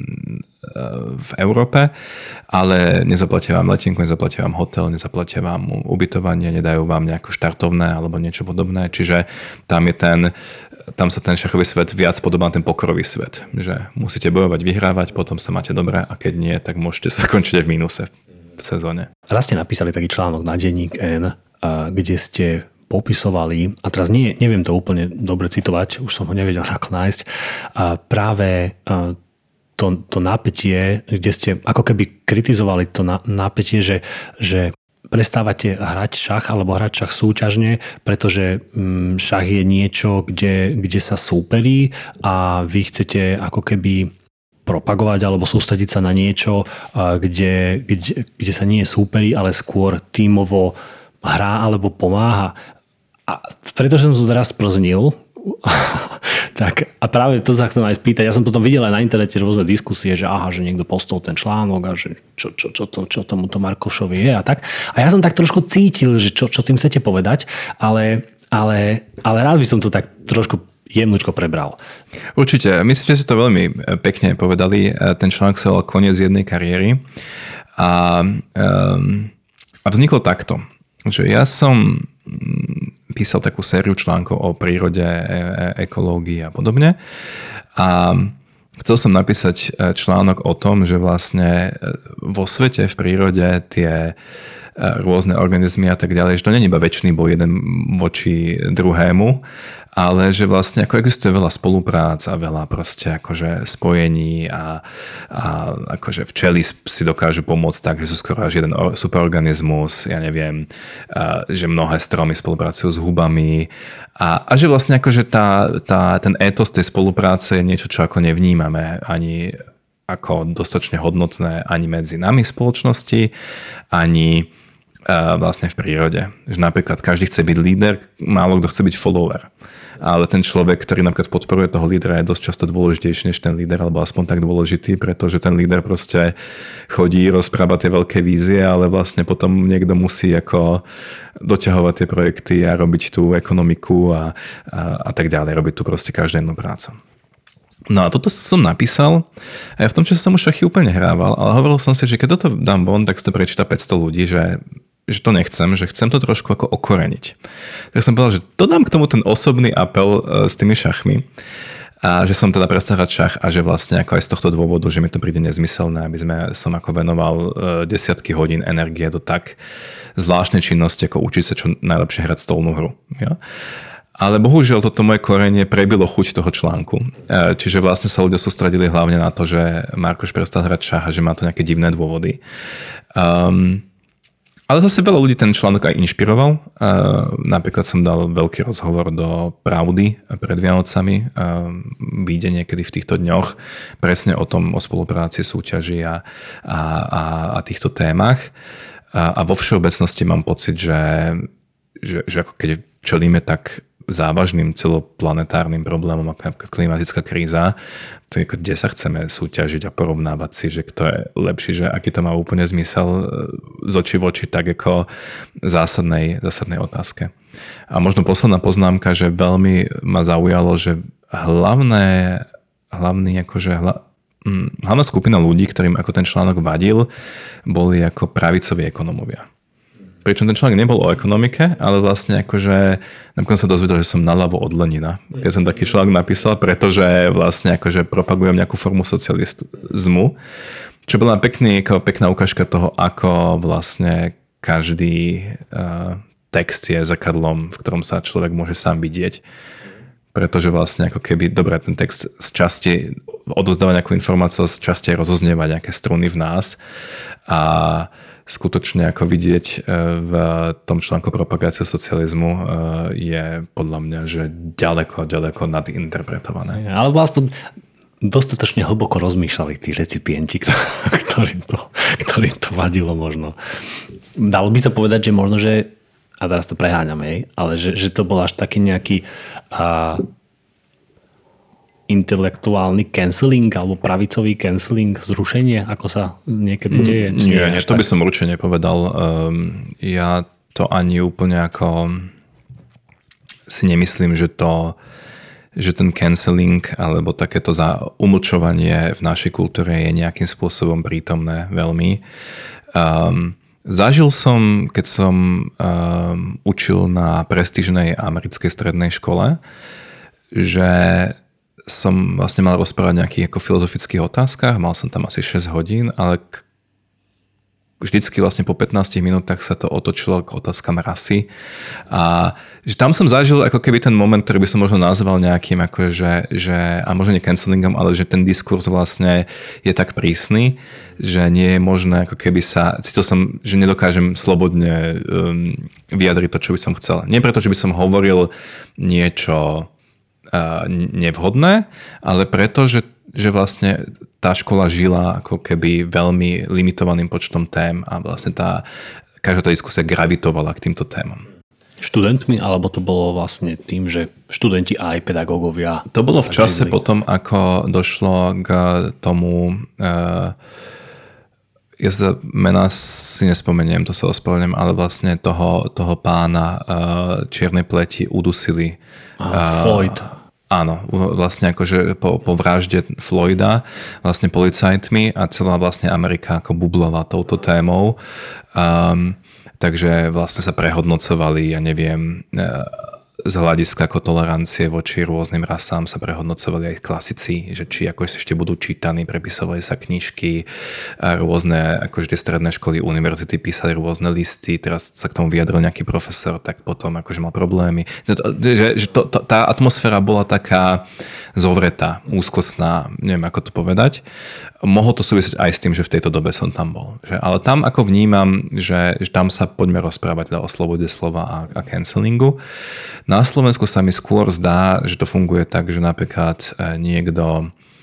S2: v Európe, ale nezaplatia vám letenku, nezaplatia vám hotel, nezaplatia vám ubytovanie, nedajú vám nejaké štartovné alebo niečo podobné, čiže tam je ten, tam sa ten šachový svet viac podobá na ten pokerový svet, že musíte bojovať, vyhrávať, potom sa máte dobre a keď nie, tak môžete sa končiť aj v mínuse v sezóne.
S1: Raz ste napísali taký článok na denník N, kde ste popisovali, a teraz nie, neviem to úplne dobre citovať, už som ho nevedel ako nájsť, a práve to, to napätie, kde ste ako keby kritizovali to napätie, že, že prestávate hrať šach alebo hrať šach súťažne, pretože šach je niečo, kde, kde sa súperí a vy chcete ako keby propagovať alebo sústrediť sa na niečo, kde, kde, kde sa nie súperí, ale skôr tímovo hrá alebo pomáha. A pretože som to teraz sprznil, tak a práve to sa chcem aj spýtať. Ja som potom videl aj na internete rôzne diskusie, že aha, že niekto postol ten článok a že čo, čo, čo, to, čo tomuto Markošovi je a tak. A ja som tak trošku cítil, že čo, čo tým chcete povedať, ale, ale, ale rád by som to tak trošku jemnúčko prebral.
S2: Určite. Myslím, že si to veľmi pekne povedali. Ten článok sa volal Koniec jednej kariéry. A, um, a vzniklo takto, že ja som písal takú sériu článkov o prírode, e- ekológii a podobne. A chcel som napísať článok o tom, že vlastne vo svete, v prírode tie rôzne organizmy a tak ďalej, že to nie je iba večný boj jeden voči druhému, ale že vlastne ako existuje veľa spoluprác a veľa proste akože spojení a, a akože včely si dokážu pomôcť tak, že sú skoro až jeden superorganizmus, ja neviem, a, že mnohé stromy spolupracujú s hubami a, a že vlastne akože tá, tá, ten étos tej spolupráce je niečo, čo ako nevnímame ani ako dostatočne hodnotné ani medzi nami v spoločnosti, ani vlastne v prírode. Že napríklad každý chce byť líder, málo kto chce byť follower. Ale ten človek, ktorý napríklad podporuje toho lídera, je dosť často dôležitejší než ten líder, alebo aspoň tak dôležitý, pretože ten líder proste chodí, rozpráva tie veľké vízie, ale vlastne potom niekto musí ako doťahovať tie projekty a robiť tú ekonomiku a, a, a tak ďalej, robiť tu proste každú prácu. No a toto som napísal a ja v tom čase som už šachy úplne hrával, ale hovoril som si, že keď toto dám von, tak si to prečíta päťsto ľudí, že, že to nechcem, že chcem to trošku ako okoreniť. Tak som povedal, že dodám k tomu ten osobný apel s tými šachmi a že som teda prestal hrať šach a že vlastne ako aj z tohto dôvodu, že mi to príde nezmyselné, aby sme, som ako venoval desiatky hodín energie do tak zvláštnej činnosti, ako učiť sa čo najlepšie hrať stolnú hru. Ja? Ale bohužiaľ toto moje korenie prebilo chuť toho článku. Čiže vlastne sa ľudia sústredili hlavne na to, že Markoš prestal hrať šach a že má to nejaké divné dôvody. Um, ale zase veľa ľudí ten článok aj inšpiroval. Uh, napríklad som dal veľký rozhovor do Pravdy pred Vianocami. Uh, vyjde niekedy v týchto dňoch presne o tom, o spolupráci, súťaži a, a, a, a týchto témach. A, a vo všeobecnosti mám pocit, že, že, že ako keď čelíme tak závažným celoplanetárnym problémom ako klimatická kríza, to je, kde sa chceme súťažiť a porovnávať si, že kto je lepší, že aký to má úplne zmysel z očí v oči, tak ako zásadnej, zásadnej otázke. A možno posledná poznámka, že veľmi ma zaujalo, že hlavné, hlavný akože hla, hlavná skupina ľudí, ktorým ako ten článok vadil, boli ako pravicoví ekonómovia. Pričom ten článok nebol o ekonomike, ale vlastne akože napokon sa dozvedel, že som naľavo od Lenina. Keď som taký článok napísal, pretože vlastne akože propagujem nejakú formu socializmu, čo bola pekný, ako pekná ukážka toho, ako vlastne každý uh, text je zrkadlom, v ktorom sa človek môže sám vidieť. Pretože vlastne ako keby, dobre, ten text z časti odovzdáva nejakú informáciu, z časti aj rozoznieva nejaké struny v nás a skutočne ako vidieť v tom článku Propagácia socializmu je podľa mňa, že ďaleko, ďaleko nadinterpretované.
S1: Alebo aspoň dostatočne hlboko rozmýšľali tí recipienti, ktorým to, ktorým to vadilo možno. Dalo by sa povedať, že možno, že a teraz to preháňam, hej, ale že, že to bol až taký nejaký a, intelektuálny canceling alebo pravicový canceling, zrušenie, ako sa niekedy deje?
S2: Mm, nie, nie, to by som určite nepovedal. Um, ja to ani úplne ako si nemyslím, že to že ten canceling alebo takéto umlčovanie v našej kultúre je nejakým spôsobom prítomné veľmi. Um, zažil som, keď som um, učil na prestížnej americkej strednej škole, že som vlastne mal rozprávať o nejakých ako filozofických otázkach, mal som tam asi šesť hodín, ale k vždycky vlastne po pätnástich minútach sa to otočilo k otázkam rasy. A že tam som zažil ako keby ten moment, ktorý by som možno nazval nejakým, akože, že, a možno nie cancelingom, ale že ten diskurs vlastne je tak prísny, že nie je možné ako keby sa, cítil som, že nedokážem slobodne um, vyjadriť to, čo by som chcel. Nie preto, že by som hovoril niečo uh, nevhodné, ale preto, že že vlastne tá škola žila ako keby veľmi limitovaným počtom tém a vlastne tá, každá tá diskusia gravitovala k týmto témam.
S1: Študentmi, alebo to bolo vlastne tým, že študenti a aj pedagógovia?
S2: To bolo v čase žili. Potom, ako došlo k tomu, uh, ja sa mená si nespomeniem, to sa ospravedlňujem, ale vlastne toho, toho pána uh, čiernej pleti udusili.
S1: Uh, Floyd.
S2: Áno, vlastne akože po, po vražde Floyda vlastne policajtmi a celá vlastne Amerika ako bublala touto témou. Um, takže vlastne sa prehodnocovali, ja neviem, z hľadiska ako tolerancie voči rôznym rasám sa prehodnocovali aj klasici, že či ako ešte budú čítaní, prepisovali sa knižky, rôzne, akože tie stredné školy, univerzity písali rôzne listy, teraz sa k tomu vyjadril nejaký profesor, tak potom akože mal problémy. Že, že to, to, tá atmosféra bola taká zovretá, úzkostná, neviem ako to povedať. Mohlo to súvisieť aj s tým, že v tejto dobe som tam bol. Že, ale tam ako vnímam, že, že tam sa poďme rozprávať teda o slobode slova a, a cancelingu. Na Slovensku sa mi skôr zdá, že to funguje tak, že napríklad niekto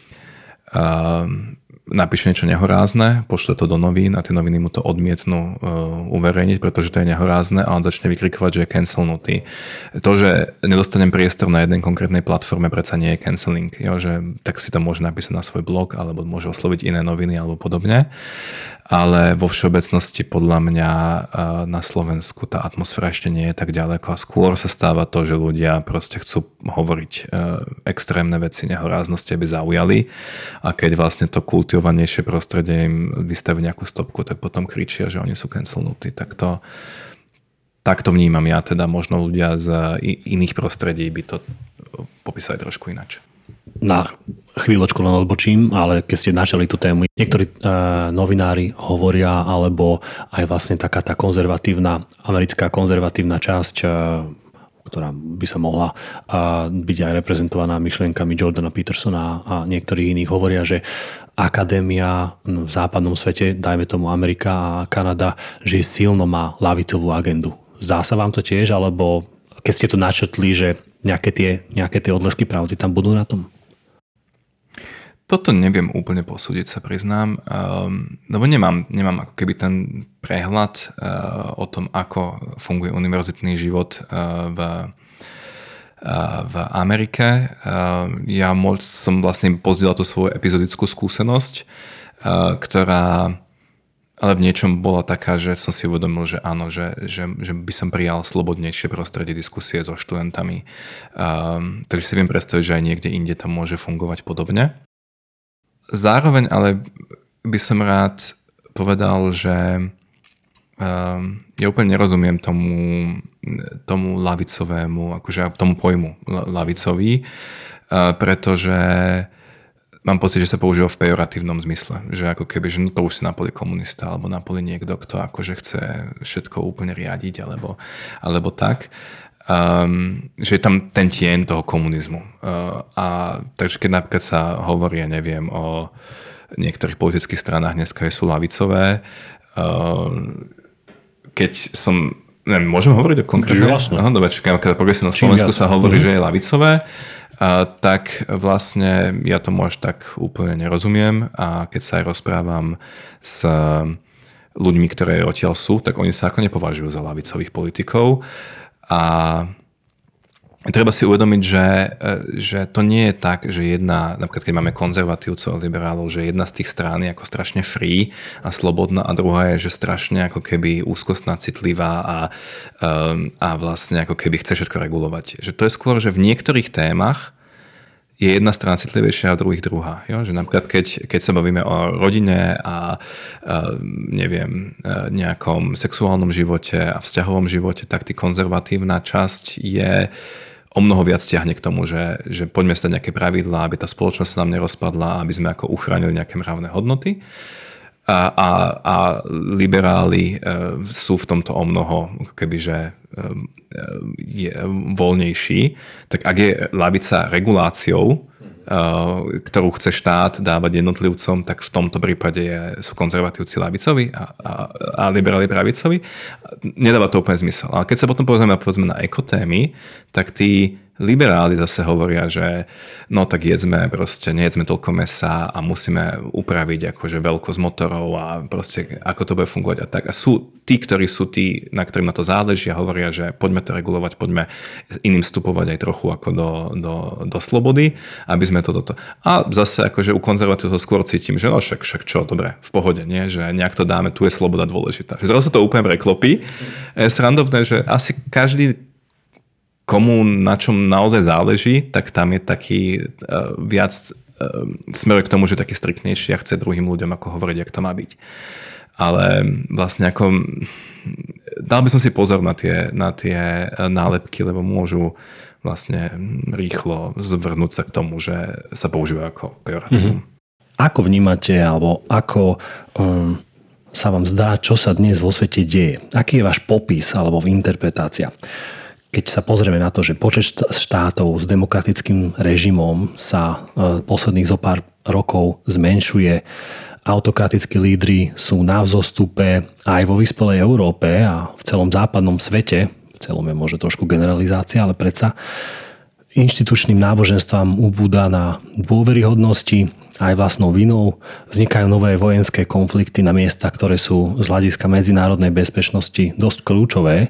S2: uh, napíše niečo nehorázne, pošle to do novín a tie noviny mu to odmietnú uh, uverejniť, pretože to je nehorázne a on začne vykrikovať, že je cancelnutý. To, že nedostanem priestor na jednej konkrétnej platforme, predsa nie je canceling. Jo? Že, tak si to môže napísať na svoj blog alebo môže osloviť iné noviny alebo podobne. Ale vo všeobecnosti podľa mňa na Slovensku tá atmosféra ešte nie je tak ďaleko a skôr sa stáva to, že ľudia proste chcú hovoriť extrémne veci, nehoráznosti, aby zaujali a keď vlastne to kultivovanejšie prostredie im vystaví nejakú stopku, tak potom kričia, že oni sú cancelnutí. Tak to, tak to vnímam ja, teda možno ľudia z iných prostredí by to popísali trošku ináč.
S1: Na chvíľočku len odbočím, ale keď ste načali tú tému, niektorí e, novinári hovoria, alebo aj vlastne taká tá konzervatívna, americká konzervatívna časť, e, ktorá by sa mohla e, byť aj reprezentovaná myšlienkami Jordana Petersona a niektorých iných, hovoria, že akadémia v západnom svete, dajme tomu Amerika a Kanada, že silno má ľavicovú agendu. Zdá sa vám to tiež, alebo keď ste to načrtli, že nejaké tie, nejaké tie odlesky pravdy tam budú na tom?
S2: Toto neviem úplne posúdiť, sa priznám, um, lebo nemám, nemám ako keby ten prehľad uh, o tom, ako funguje univerzitný život uh, v, uh, v Amerike. Uh, ja môž, som vlastne pozdielal tú svoju epizodickú skúsenosť, uh, ktorá ale v niečom bola taká, že som si uvedomil, že áno, že, že, že by som prijal slobodnejšie prostredie diskusie so študentami. Um, takže si viem predstaviť, že aj niekde inde to môže fungovať podobne. Zároveň ale by som rád povedal, že um, ja úplne nerozumiem tomu, tomu lavicovému, akože tomu pojmu lavicový, uh, pretože mám pocit, že sa používa v pejoratívnom zmysle, že ako keby, že no to už si napoli komunista alebo napoli niekto, kto akože chce všetko úplne riadiť alebo, alebo tak. Um, že je tam ten tieň toho komunizmu. Uh, a takže keď napríklad sa hovorí, ja neviem, o niektorých politických stranách dneska sú lavicové, uh, keď som, neviem, môžem hovoriť o konkrétne? Aha, dobre, čakám, keď progresívne na Slovensku sa hovorí, mm-hmm. že je lavicové, uh, tak vlastne ja tomu až tak úplne nerozumiem a keď sa aj rozprávam s ľuďmi, ktoré odtiaľ sú, tak oni sa ako nepovažujú za lavicových politikov. A treba si uvedomiť, že, že to nie je tak, že jedna, napríklad keď máme konzervatívcov a liberálov, že jedna z tých strán je ako strašne free a slobodná a druhá je, že strašne ako keby úzkostná, citlivá a, um, a vlastne ako keby chce všetko regulovať. Že to je skôr, že v niektorých témach je jedna strana citlivejšia a druhých druhá. Jo? Že napríklad keď, keď sa bavíme o rodine a, a neviem, nejakom sexuálnom živote a vzťahovom živote, tak tí konzervatívna časť je o mnoho viac ťahne k tomu, že, že poďme stať nejaké pravidlá, aby tá spoločnosť sa nám nerozpadla, aby sme ako uchránili nejaké mravné hodnoty. A, a, a liberáli e, sú v tomto o mnoho kebyže e, je voľnejší. Tak ak je ľavica reguláciou, e, ktorú chce štát dávať jednotlivcom, tak v tomto prípade je, sú konzervatívci ľavicovi a, a, a liberáli pravicovi. Nedáva to úplne zmysel. Ale keď sa potom povedzme, povedzme na ekotémy, tak tí liberáli zase hovoria, že no tak jedzme proste, nejedzme toľko mesa a musíme upraviť akože veľkosť motorov a proste ako to bude fungovať a tak. A sú tí, ktorí sú tí, na ktorým na to záleží a hovoria, že poďme to regulovať, poďme iným vstupovať aj trochu ako do, do, do slobody, aby sme to toto. A zase akože u konzervatívov skôr cítim, že no však, však čo, dobre, v pohode, nie? Že nejak to dáme, tu je sloboda dôležitá. Že zrazu to úplne preklopí. Je srandovné, že asi každý komu na čom naozaj záleží, tak tam je taký uh, viac uh, smeruje k tomu, že je taký striktnejší a chce druhým ľuďom ako hovoriť, jak to má byť. Ale vlastne ako dal by som si pozor na tie, na tie nálepky, lebo môžu vlastne rýchlo zvrhnúť sa k tomu, že sa používajú ako pejoratívum.
S1: Mm-hmm. Ako vnímate, alebo ako um, sa vám zdá, čo sa dnes vo svete deje? Aký je váš popis alebo interpretácia? Keď sa pozrieme na to, že počet štátov s demokratickým režimom sa posledných zo pár rokov zmenšuje, autokratickí lídri sú na vzostupe aj vo vyspelej Európe a v celom západnom svete, v celom je možno trošku generalizácia, ale predsa inštitučným náboženstvám ubúda na dôveryhodnosti aj vlastnou vinou, vznikajú nové vojenské konflikty na miesta, ktoré sú z hľadiska medzinárodnej bezpečnosti dosť kľúčové.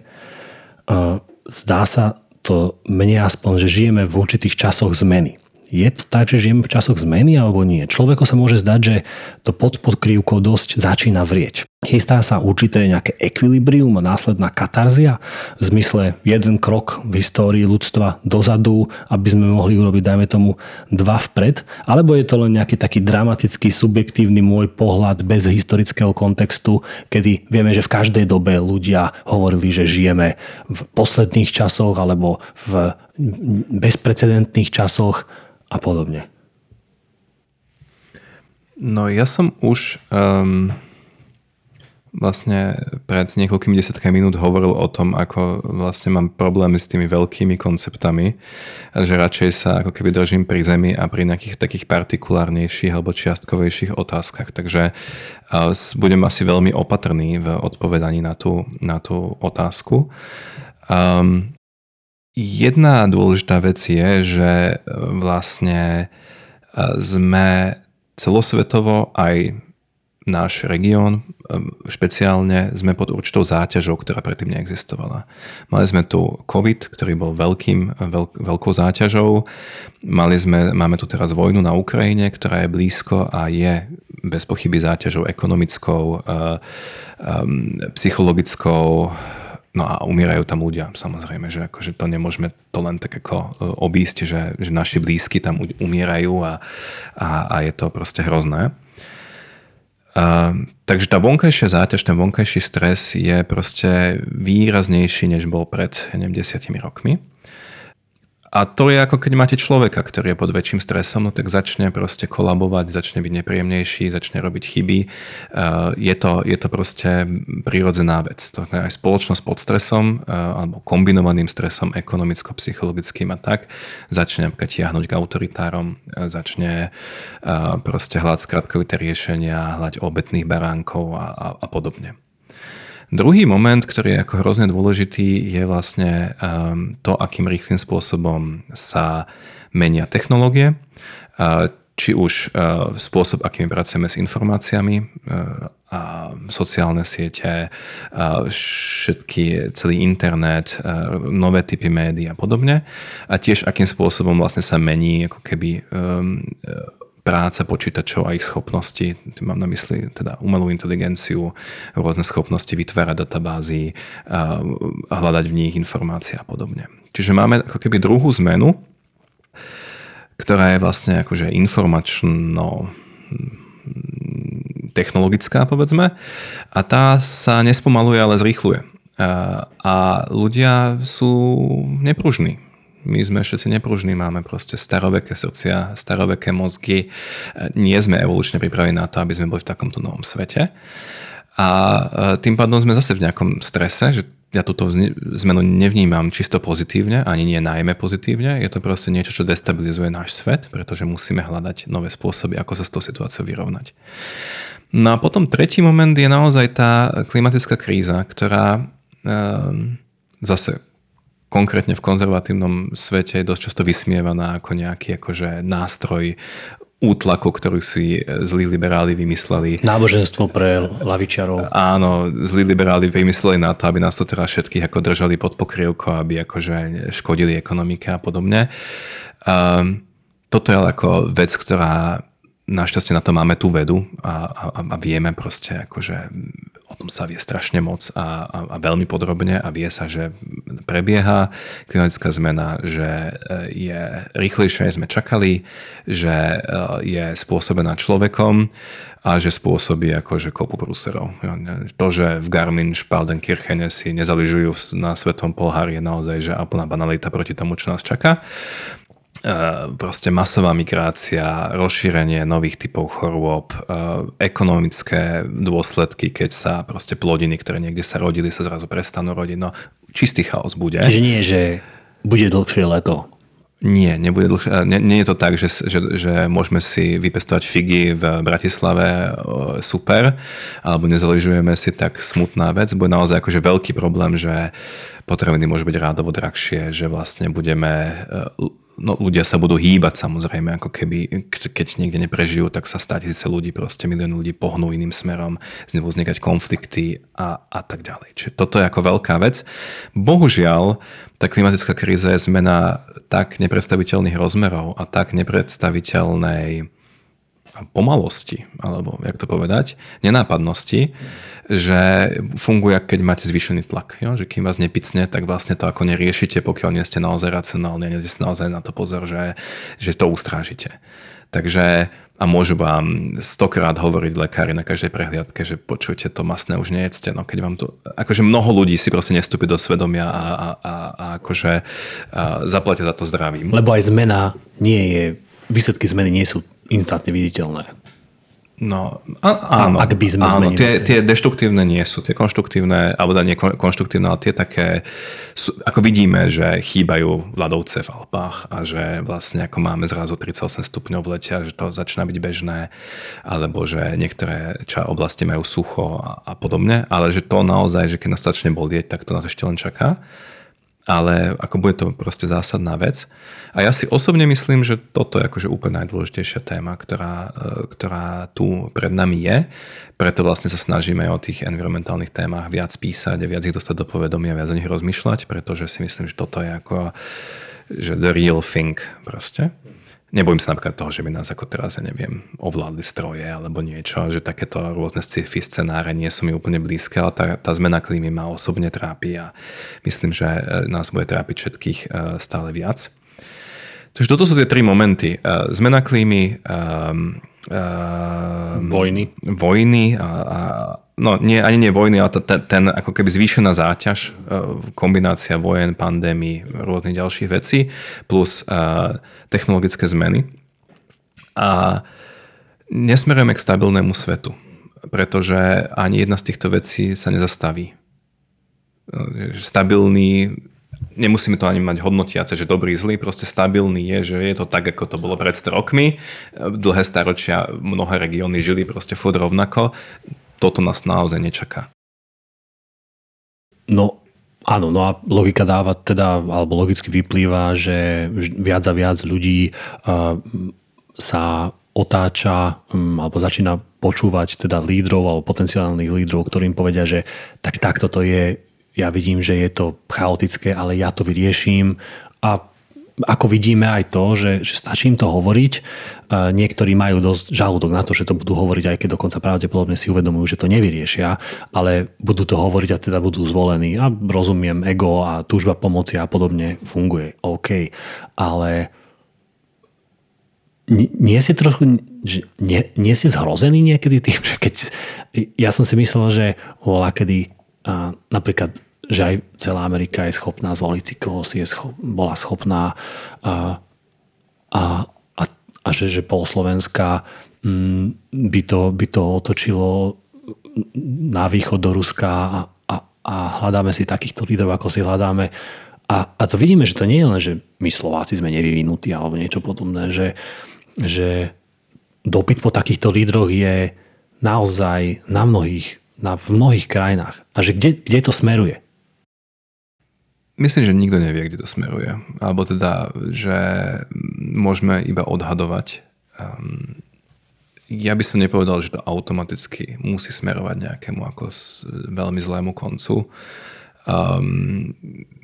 S1: Zdá sa to mne aspoň, že žijeme v určitých časoch zmeny. Je to tak, že žijeme v časoch zmeny alebo nie? Človeku sa môže zdať, že to pod podkrývkou dosť začína vrieť. Chystá sa určité nejaké ekvilibrium a následná katarzia v zmysle jeden krok v histórii ľudstva dozadu, aby sme mohli urobiť, dajme tomu, dva vpred? Alebo je to len nejaký taký dramatický, subjektívny môj pohľad bez historického kontextu, kedy vieme, že v každej dobe ľudia hovorili, že žijeme v posledných časoch alebo v bezprecedentných časoch a podobne?
S2: No ja som už um, vlastne pred niekoľkými desiatkami minút hovoril o tom, ako vlastne mám problémy s tými veľkými konceptami, že radšej sa ako keby držím pri zemi a pri nejakých takých partikulárnejších alebo čiastkovejších otázkach. Takže uh, budem asi veľmi opatrný v odpovedaní na tú, na tú otázku. Um, Jedna dôležitá vec je, že vlastne sme celosvetovo aj náš región, špeciálne sme pod určitou záťažou, ktorá predtým neexistovala. Mali sme tu COVID, ktorý bol veľkým, veľk, veľkou záťažou. Mali sme, máme tu teraz vojnu na Ukrajine, ktorá je blízko a je bez pochyby záťažou ekonomickou, psychologickou. No a umierajú tam ľudia, samozrejme, že akože to nemôžeme to len tak ako obísť, že, že naši blízky tam umierajú a, a, a je to proste hrozné. Uh, takže tá vonkajšia záťaž, ten vonkajší stres je proste výraznejší, než bol pred neviem, desiatimi rokmi. A to je ako keď máte človeka, ktorý je pod väčším stresom, no tak začne proste kolabovať, začne byť nepríjemnejší, začne robiť chyby. Je to, je to proste prirodzená vec. To je aj spoločnosť pod stresom, alebo kombinovaným stresom, ekonomicko-psychologickým a tak, začne napríklad tiahnuť k autoritárom, začne proste hľadať skratkovité riešenia, hľadať obetných baránkov a, a, a podobne. Druhý moment, ktorý je ako hrozne dôležitý, je vlastne um, to, akým rýchlym spôsobom sa menia technológie. Uh, či už uh, spôsob, akým pracujeme s informáciami uh, a sociálne siete, všetky, celý internet, nové typy médií a podobne. A tiež akým spôsobom vlastne sa mení ako keby um, práca počítačov a ich schopnosti. Mám na mysli teda umelú inteligenciu, rôzne schopnosti vytvárať databázy, hľadať v nich informácie a podobne. Čiže máme ako keby druhú zmenu, ktorá je vlastne akože informačno technologická, povedzme, a tá sa nespomaluje, ale zrýchluje. A ľudia sú nepružní. My sme všetci nepružní, máme proste staroveké srdcia, staroveké mozgy. Nie sme evolučne pripravení na to, aby sme boli v takomto novom svete. A tým pádom sme zase v nejakom strese, že ja túto zmenu nevnímam čisto pozitívne, ani nie najmä pozitívne. Je to proste niečo, čo destabilizuje náš svet, pretože musíme hľadať nové spôsoby, ako sa s tou situáciou vyrovnať. No a potom tretí moment je naozaj tá klimatická kríza, ktorá um, zase konkrétne v konzervatívnom svete je dosť často vysmievaná ako nejaký akože nástroj útlaku, ktorú si zlí liberáli vymysleli.
S1: Náboženstvo pre lavičiarov.
S2: Áno, zlí liberáli vymysleli na to, aby nás to teraz všetkých ako držali pod pokrievkou, aby akože škodili ekonomike a podobne. Um, toto je ale ako vec, ktorá našťastie na to máme tú vedu a, a, a vieme proste akože o tom sa vie strašne moc a, a, a veľmi podrobne a vie sa, že prebieha klimatická zmena, že je rýchlejšie, sme čakali, že je spôsobená človekom a že spôsobí akože kopu prúserov. To, že v Garmisch-Partenkirchene si nezaližujú na svetom polhári je naozaj že úplná banalita proti tomu, čo nás čaká. Proste masová migrácia, rozšírenie nových typov chorôb, ekonomické dôsledky, keď sa proste plodiny, ktoré niekde sa rodili, sa zrazu prestanú rodiť. No, čistý chaos bude.
S1: Čiže nie, že bude dlhšie leto.
S2: Nie, nebude dlhšie. Nie, nie je to tak, že, že, že môžeme si vypestovať figy v Bratislave, super, alebo nezaližujeme si, tak smutná vec. Bude naozaj akože veľký problém, že potraviny môžu byť rádovo drahšie, že vlastne budeme... No, ľudia sa budú hýbať samozrejme, ako keby, keď niekde neprežijú, tak sa státisíce ľudí, proste milióny ľudí pohnú iným smerom, z neho vznikať konflikty a, a tak ďalej. Čiže toto je ako veľká vec. Bohužiaľ, tá klimatická kríza je zmena tak nepredstaviteľných rozmerov a tak nepredstaviteľnej pomalosti, alebo jak to povedať, nenápadnosti, že funguje, keď máte zvýšený tlak. Jo? Že kým vás nepicne, tak vlastne to ako neriešite, pokiaľ nie ste naozaj racionálni a nie ste naozaj na to pozor, že, že to ustrážite. Takže a môžu vám stokrát hovoriť lekári na každej prehliadke, že počujte, to masné už nejedzte. No keď vám to... Akože mnoho ľudí si proste nestúpi do svedomia a, a, a, a akože a zaplatia za to zdravím.
S1: Lebo aj zmena nie je... Výsledky zmeny nie sú instantne viditeľné.
S2: No, a, áno.
S1: Ak by sme
S2: áno,
S1: zmenili.
S2: tie, tie deštruktívne nie sú, tie konštruktívne, alebo nie konštruktívne, ale tie také, sú, ako vidíme, že chýbajú ľadovce v Alpách a že vlastne ako máme zrazu tridsaťosem stupňov v lete a že to začína byť bežné, alebo že niektoré ča, oblasti majú sucho a, a podobne, ale že to naozaj, že keď nás začne bolieť, tak to nás ešte len čaká. Ale ako bude to proste zásadná vec. A ja si osobne myslím, že toto je akože úplne najdôležitejšia téma, ktorá, ktorá tu pred nami je. Preto vlastne sa snažíme o tých environmentálnych témach viac písať a viac ich dostať do povedomia, viac o nich rozmýšľať, pretože si myslím, že toto je ako že the real thing proste. Nebojím sa napríklad toho, že by nás ako teraz, ja neviem, ovládli stroje alebo niečo, že takéto rôzne sci-fi scenáre nie sú mi úplne blízke, ale tá, tá zmena klímy ma osobne trápi a myslím, že nás bude trápiť všetkých stále viac. Takže toto sú tie tri momenty. Zmena klímy, um, um,
S1: vojny,
S2: vojny a, a no nie, ani nie vojny, ale ten, ten ako keby zvýšená záťaž, kombinácia vojen, pandémií, rôznych ďalších vecí, plus uh, technologické zmeny. A nesmerujeme k stabilnému svetu, pretože ani jedna z týchto vecí sa nezastaví. Stabilný, nemusíme to ani mať hodnotiace, že dobrý, zlý, proste stabilný je, že je to tak, ako to bolo pred sto rokmi. Dlhé staročia mnohé regióny žili proste furt rovnako. Toto nás naozaj nečaká.
S1: No áno, no a logika dáva teda, alebo logicky vyplýva, že viac a viac ľudí uh, sa otáča um, alebo začína počúvať teda lídrov alebo potenciálnych lídrov, ktorým povedia, že tak takto to je, ja vidím, že je to chaotické, ale ja to vyrieším. A ako vidíme aj to, že, že stačí im to hovoriť. Niektorí majú dosť žalúdok na to, že to budú hovoriť, aj keď dokonca pravdepodobne si uvedomujú, že to nevyriešia, ale budú to hovoriť a teda budú zvolení. A rozumiem, ego a túžba pomoci a podobne funguje. OK. Ale nie si trošku, nie, nie si zhrozený niekedy tým, že keď ja som si myslel, že voľa kedy napríklad že aj celá Amerika je schopná zvoliť si, koho si je schop, bola schopná a, a, a, a že, že pol Slovenska m, by, to, by to otočilo na východ do Ruska a, a, a hľadáme si takýchto lídrov, ako si hľadáme. A, a to vidíme, že to nie je len, že my Slováci sme nevyvinutí alebo niečo podobné, že, že dopyt po takýchto lídroch je naozaj na mnohých, na, v mnohých krajinách. A že kde, kde to smeruje?
S2: Myslím, že nikto nevie, kde to smeruje. Alebo teda, že môžeme iba odhadovať. Um, ja by som nepovedal, že to automaticky musí smerovať nejakému ako veľmi zlému koncu. Um,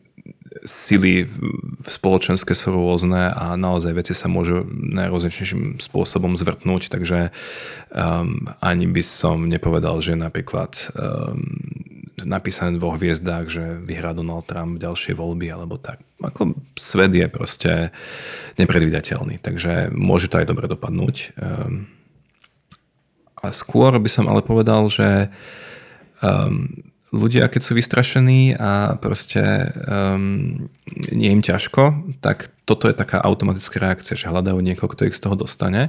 S2: sily spoločenské sú rôzne a naozaj veci sa môžu najrôznejším spôsobom zvrtnúť, takže um, ani by som nepovedal, že napríklad um, napísané v dvoch hviezdách, že vyhrá Donald Trump ďalšie voľby alebo tak. Ako svet je proste nepredvídateľný, takže môže to aj dobre dopadnúť. Um, a skôr by som ale povedal, že um, ľudia, keď sú vystrašení a proste um, nie im ťažko, tak toto je taká automatická reakcia, že hľadajú niekoho, kto ich z toho dostane.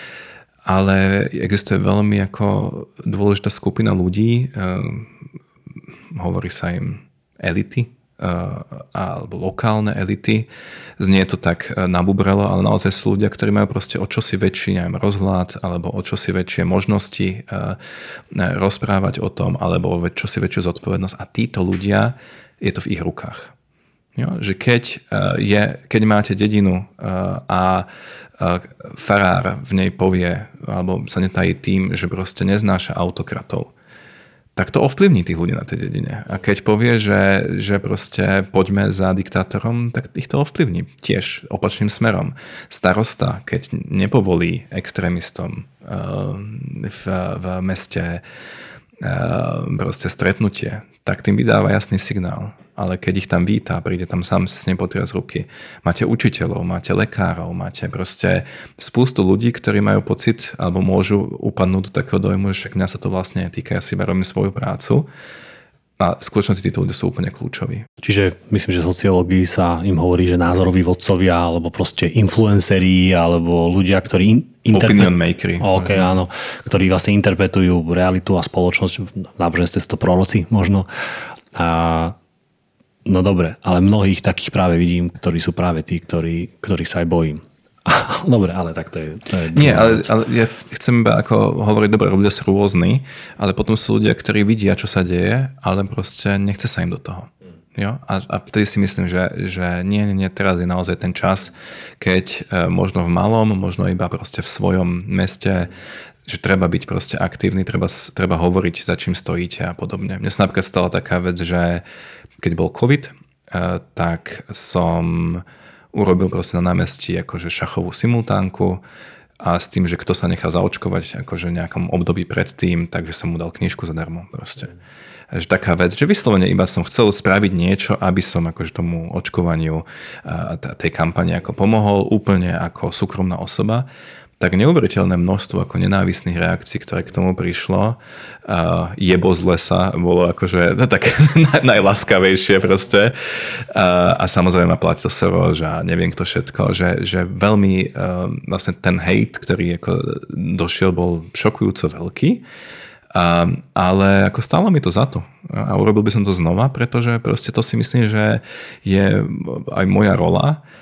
S2: Ale existuje veľmi ako dôležitá skupina ľudí, um, hovorí sa im elity, uh, alebo lokálne elity. Znie to tak nabubrelo, ale naozaj sú ľudia, ktorí majú proste o čosi väčší neviem, rozhľad, alebo o čosi väčšie možnosti uh, rozprávať o tom, alebo o čosi väčšiu zodpovednosť. A títo ľudia, je to v ich rukách. Jo? Že keď, uh, je, keď máte dedinu uh, a uh, farár v nej povie, alebo sa netají tým, že proste neznáša autokratov, tak to ovplyvní tých ľudí na tej dedine. A keď povie, že, že proste poďme za diktátorom, tak ich to ovplyvní tiež opačným smerom. Starosta, keď nepovolí extrémistom uh, v, v meste uh, proste stretnutie, tak tým vydáva jasný signál. Ale keď ich tam víta, príde tam sám s ním potriasť ruky. Máte učiteľov, máte lekárov, máte proste spústu ľudí, ktorí majú pocit alebo môžu upadnúť do takého dojmu, že však mňa sa to vlastne týka, ja si robím svoju prácu. A v skutočnosti títo ľudia sú úplne kľúčoví.
S1: Čiže myslím, že sociológii sa im hovorí, že názoroví vodcovia, alebo proste influenceri, alebo ľudia, ktorí interpre...
S2: opinion makeri.
S1: OK, uh-huh. Áno. Ktorí vlastne interpretujú realitu a spoločnosť. V náboženstve sú to proroci možno. A no dobre, ale mnohých takých práve vidím, ktorí sú práve tí, ktorí, ktorých sa aj bojím. Dobre, ale tak to je... To je
S2: Nie, ale, ale ja chcem iba ako hovoriť, dobre, ľudia sú rôzni, ale potom sú ľudia, ktorí vidia, čo sa deje, ale proste nechce sa im do toho. Jo? A, a vtedy si myslím, že, že nie, nie, nie, teraz je naozaj ten čas, keď e, možno v malom, možno iba proste v svojom meste, že treba byť proste aktívny, treba, treba hovoriť, za čím stojíte a podobne. Mne sa napríklad stala taká vec, že keď bol COVID, tak som urobil proste na námestí akože šachovú simultánku a s tým, že kto sa nechá zaočkovať akože v nejakom období predtým, takže som mu dal knižku zadarmo proste. Že taká vec, že vyslovene iba som chcel spraviť niečo, aby som akože tomu očkovaniu a tej kampani ako pomohol úplne ako súkromná osoba. Tak neuveriteľné množstvo ako nenávistných reakcií, ktoré k tomu prišlo. Uh, jebo z lesa bolo akože no, tak najlaskavejšie proste. Uh, a samozrejme ma platilo Soros a neviem kto všetko, že, že veľmi uh, vlastne ten hejt, ktorý ako došiel, bol šokujúco veľký. Uh, ale ako stálo mi to za to. A urobil by som to znova, pretože proste to si myslím, že je aj moja rola,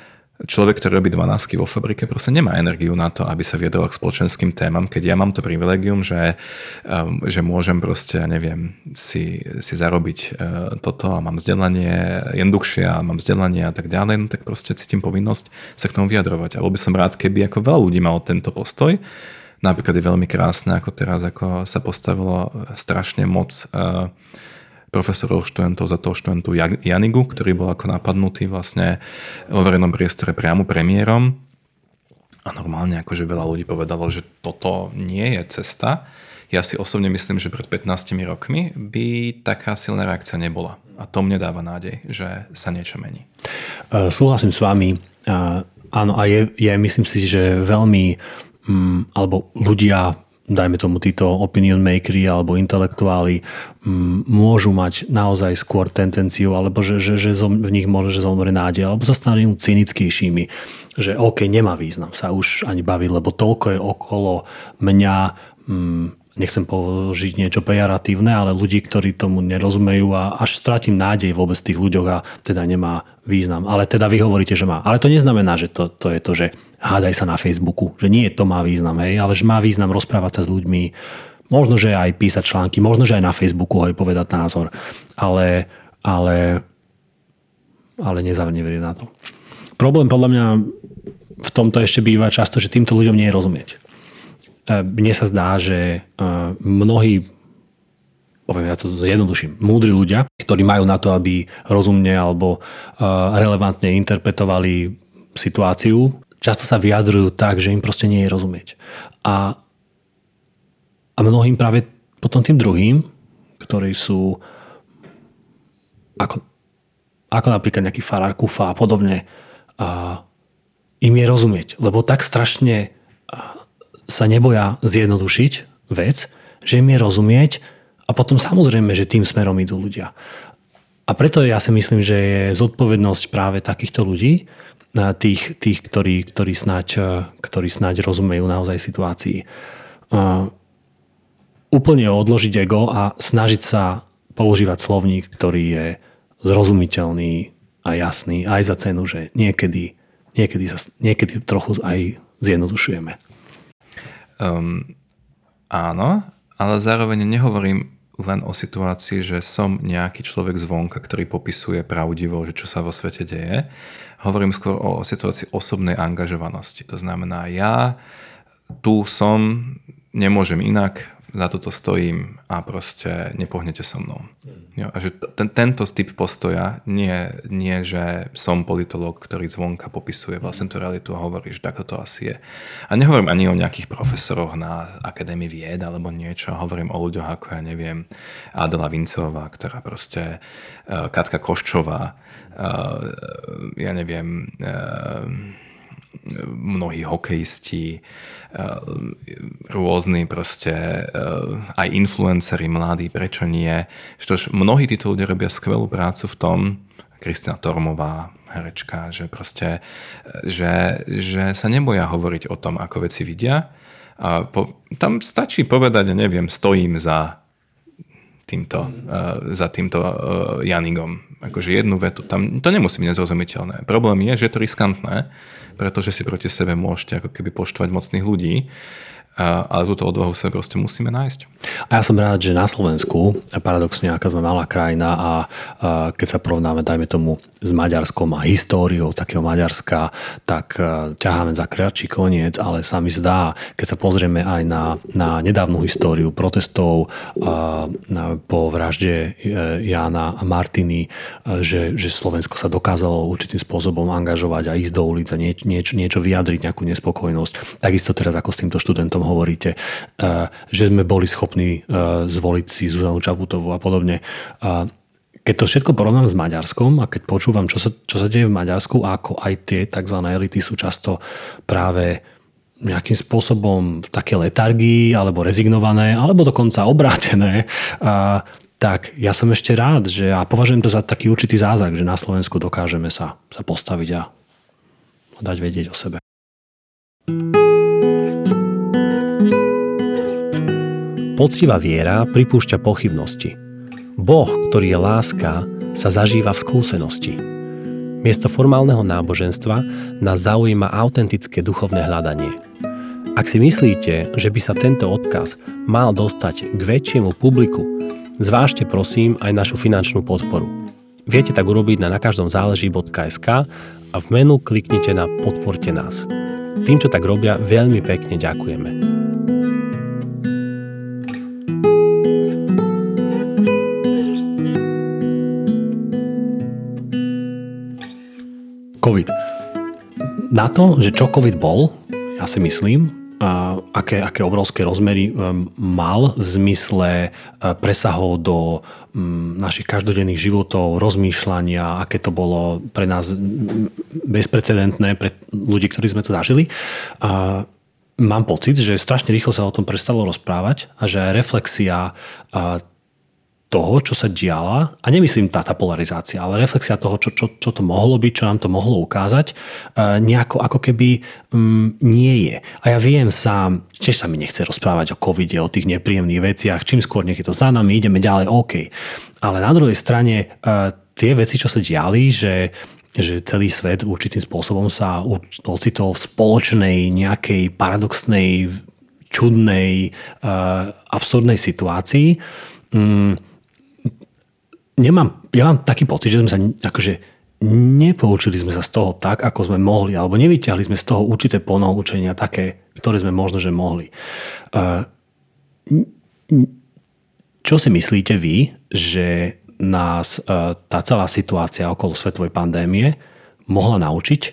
S2: človek, ktorý robí dvanásky vo fabrike, proste nemá energiu na to, aby sa viedol k spoločenským témam, keď ja mám to privilegium, že, že môžem proste, neviem, si, si zarobiť toto a mám vzdelanie jednoduchšie a mám vzdelanie a tak ďalej, no tak proste cítim povinnosť sa k tomu vyjadrovať. A bol by som rád, keby ako veľa ľudí malo tento postoj. Napríklad je veľmi krásne, ako teraz, ako sa postavilo strašne moc profesorov, študentov za toho študentu Janigu, ktorý bol ako napadnutý vlastne vo verejnom priestore priamo premiérom. A normálne akože veľa ľudí povedalo, že toto nie je cesta. Ja si osobne myslím, že pred pätnástimi rokmi by taká silná reakcia nebola. A to mne dáva nádej, že sa niečo mení.
S1: Uh, súhlasím s vami. Uh, áno, a je, je myslím si, že veľmi, um, alebo ľudia, dajme tomu títo opinion makeri alebo intelektuáli m, môžu mať naozaj skôr tendenciu, alebo že, že, že v nich môže zomre nádej, alebo sa stanú cynickejšími, že OK, nemá význam sa už ani baviť, lebo toľko je okolo mňa, m, nechcem použiť niečo pejoratívne, ale ľudí, ktorí tomu nerozumejú a až stratím nádej vôbec v tých ľuďoch a teda nemá význam. Ale teda vy hovoríte, že má. Ale to neznamená, že to, to je to, že hádaj sa na Facebooku, že nie to má význam, hej, ale že má význam rozprávať sa s ľuďmi, možno, že aj písať články, možno, že aj na Facebooku hoj povedať názor, ale, ale, ale nezavrieť na to. Problém podľa mňa v tomto ešte býva často, že týmto ľuďom nie je rozumieť. Mne sa zdá, že mnohí, poviem ja to zjednoduším, múdri ľudia, ktorí majú na to, aby rozumne alebo relevantne interpretovali situáciu, často sa vyjadrujú tak, že im proste nie je rozumieť. A, a mnohým práve potom tým druhým, ktorí sú ako, ako napríklad nejaký farár Kufa a podobne, a im je rozumieť. Lebo tak strašne sa neboja zjednodušiť vec, že im je rozumieť a potom samozrejme, že tým smerom idú ľudia. A preto ja si myslím, že je zodpovednosť práve takýchto ľudí, tých, tých ktorí, ktorí, snáď, ktorí snáď rozumejú naozaj situácii. Uh, úplne odložiť ego a snažiť sa používať slovník, ktorý je zrozumiteľný a jasný aj za cenu, že niekedy, niekedy, sa, niekedy trochu aj zjednodušujeme.
S2: Um, áno, ale zároveň nehovorím len o situácii, že som nejaký človek zvonka, ktorý popisuje pravdivo, že čo sa vo svete deje. Hovorím skôr o situácii osobnej angažovanosti. To znamená, ja tu som, nemôžem inak, za toto stojím a proste nepohnete so mnou. Jo, a že ten, tento typ postoja nie, nie, že som politológ, ktorý zvonka popisuje vlastne tú realitu a hovorí, že takto to asi je. A nehovorím ani o nejakých profesoroch na Akadémii vied alebo niečo, hovorím o ľuďoch ako, ja neviem, Adela Vincová, ktorá proste, uh, Katka Koščová, uh, ja neviem, uh, mnohí hokejisti, rôzni proste aj influenceri mladí, prečo nie. Štož mnohí títo ľudia robia skvelú prácu v tom, Kristina Tormová, herečka, že proste, že, že sa neboja hovoriť o tom, ako veci vidia. A po, tam stačí povedať, neviem, stojím za týmto, uh, za týmto uh, Janigom. Akože jednu vetu. Tam, to nemusí byť nezrozumiteľné. Problém je, že je to riskantné, pretože si proti sebe môžete ako keby poštvať mocných ľudí. A, ale túto odvahu sa proste musíme nájsť.
S1: A ja som rád, že na Slovensku, paradoxne, aká sme malá krajina a, a keď sa porovnáme, dajme tomu, s Maďarskom a históriou takého Maďarska, tak a, ťaháme za kratší koniec, ale sa mi zdá, keď sa pozrieme aj na, na nedávnu históriu protestov a, na, po vražde Jána a Martiny, a, že, že Slovensko sa dokázalo určitým spôsobom angažovať a ísť do ulic a nieč, nieč, niečo vyjadriť, nejakú nespokojnosť. Takisto teraz ako s týmto študentom hovoríte, že sme boli schopní zvoliť si Zuzanu Čaputovú a podobne. Keď to všetko porovnám s Maďarskom a keď počúvam, čo sa, čo sa deje v Maďarsku, ako aj tie tzv. Elity sú často práve nejakým spôsobom v také letargii alebo rezignované, alebo dokonca obrátené, tak ja som ešte rád, že ja považujem to za taký určitý zázrak, že na Slovensku dokážeme sa, sa postaviť a dať vedieť o sebe.
S3: Poctivá viera pripúšťa pochybnosti. Boh, ktorý je láska, sa zažíva v skúsenosti. Miesto formálneho náboženstva nás zaujíma autentické duchovné hľadanie. Ak si myslíte, že by sa tento odkaz mal dostať k väčšiemu publiku, zvážte prosím aj našu finančnú podporu. Viete tak urobiť na nakaždomzáleží bodka es ká a v menu kliknite na Podporte nás. Tým, čo tak robia, veľmi pekne ďakujeme.
S1: COVID. Na to, že čo COVID bol, ja si myslím, a aké, aké obrovské rozmery mal v zmysle presahov do našich každodenných životov, rozmýšľania, aké to bolo pre nás bezprecedentné, pre ľudí, ktorí sme to zažili. A mám pocit, že strašne rýchlo sa o tom prestalo rozprávať a že reflexia toho, čo sa diala, a nemyslím tá, tá polarizácia, ale reflexia toho, čo, čo, čo to mohlo byť, čo nám to mohlo ukázať, nejako ako keby um, nie je. A ja viem sám, tiež sa mi nechce rozprávať o covide, o tých nepríjemných veciach, čím skôr nech je to za nami, ideme ďalej, OK. Ale na druhej strane uh, tie veci, čo sa diali, že že celý svet určitým spôsobom sa ocitol v spoločnej nejakej paradoxnej, čudnej, uh, absurdnej situácii, um, Nemám, ja mám taký pocit, že sme sa akože nepoučili sme sa z toho tak, ako sme mohli, alebo nevyťahli sme z toho určité ponaučenia také, ktoré sme možno, že mohli. Čo si myslíte vy, že nás tá celá situácia okolo svetovej pandémie mohla naučiť,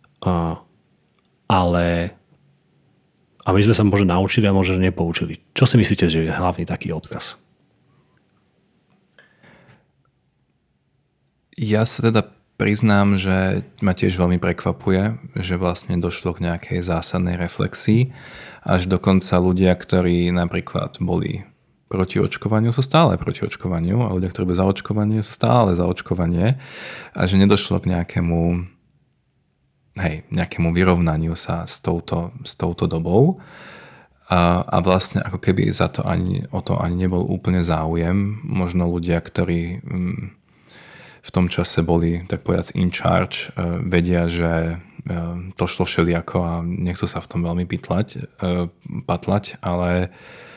S1: ale a my sme sa možno naučili a možno nepoučili. Čo si myslíte, že je hlavný taký odkaz?
S2: Ja sa teda priznám, že ma tiež veľmi prekvapuje, že vlastne došlo k nejakej zásadnej reflexii. Až dokonca ľudia, ktorí napríklad boli proti očkovaniu, sú stále proti očkovaniu a ľudia, ktorí boli za očkovanie, sú stále za očkovanie a že nedošlo k nejakému, hej, nejakému vyrovnaniu sa s touto, s touto dobou. A, a vlastne ako keby za to ani, o to ani nebol úplne záujem. Možno ľudia, ktorí v tom čase boli, tak povedať, in charge, vedia, že to šlo všelijako a nechcú sa v tom veľmi pytlať, patlať, ale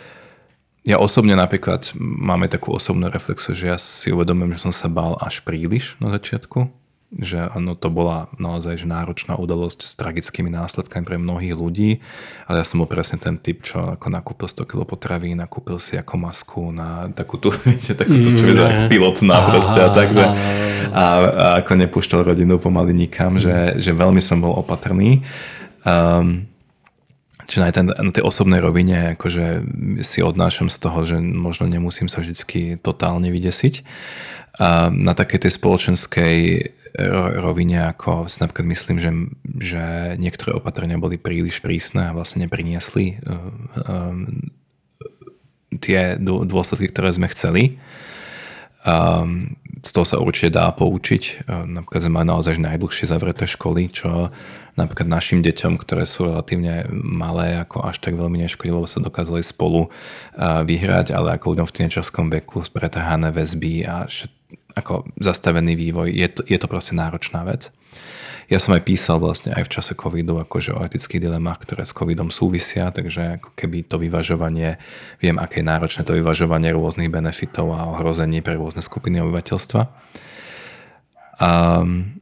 S2: ja osobne napríklad máme takú osobnú reflexiu, že ja si uvedomujem, že som sa bál až príliš na začiatku, že ano, to bola naozaj že náročná udalosť s tragickými následkami pre mnohých ľudí, ale ja som bol presne ten typ, čo ako nakúpil sto kilogramov potravín, nakúpil si ako masku na takú tú, viete, takú tú, čo vyzerá pilotná proste a tak, že a, a ako nepúšťal rodinu pomaly nikam, že, že veľmi som bol opatrný. Um, Čiže aj ten, na tej osobnej rovine akože si odnášam z toho, že možno nemusím sa vždycky totálne vydesiť. A na takej tej spoločenskej rovine, ako si napríklad myslím, že, že niektoré opatrenia boli príliš prísne a vlastne nepriniesli um, tie dôsledky, ktoré sme chceli. Um, z toho sa určite dá poučiť. Napríklad sme mali naozaj najdlhšie zavreté školy, čo napríklad našim deťom, ktoré sú relatívne malé, ako až tak veľmi neškodilo, lebo sa dokázali spolu vyhrať, ale ako ľuďom v tínedžerskom veku pretrhané väzby a ako zastavený vývoj, je to, je to proste náročná vec. Ja som aj písal vlastne aj v čase covidu akože o etických dilemách, ktoré s covidom súvisia, takže ako keby to vyvažovanie, viem, aké je náročné to vyvažovanie rôznych benefitov a ohrození pre rôzne skupiny obyvateľstva. Um,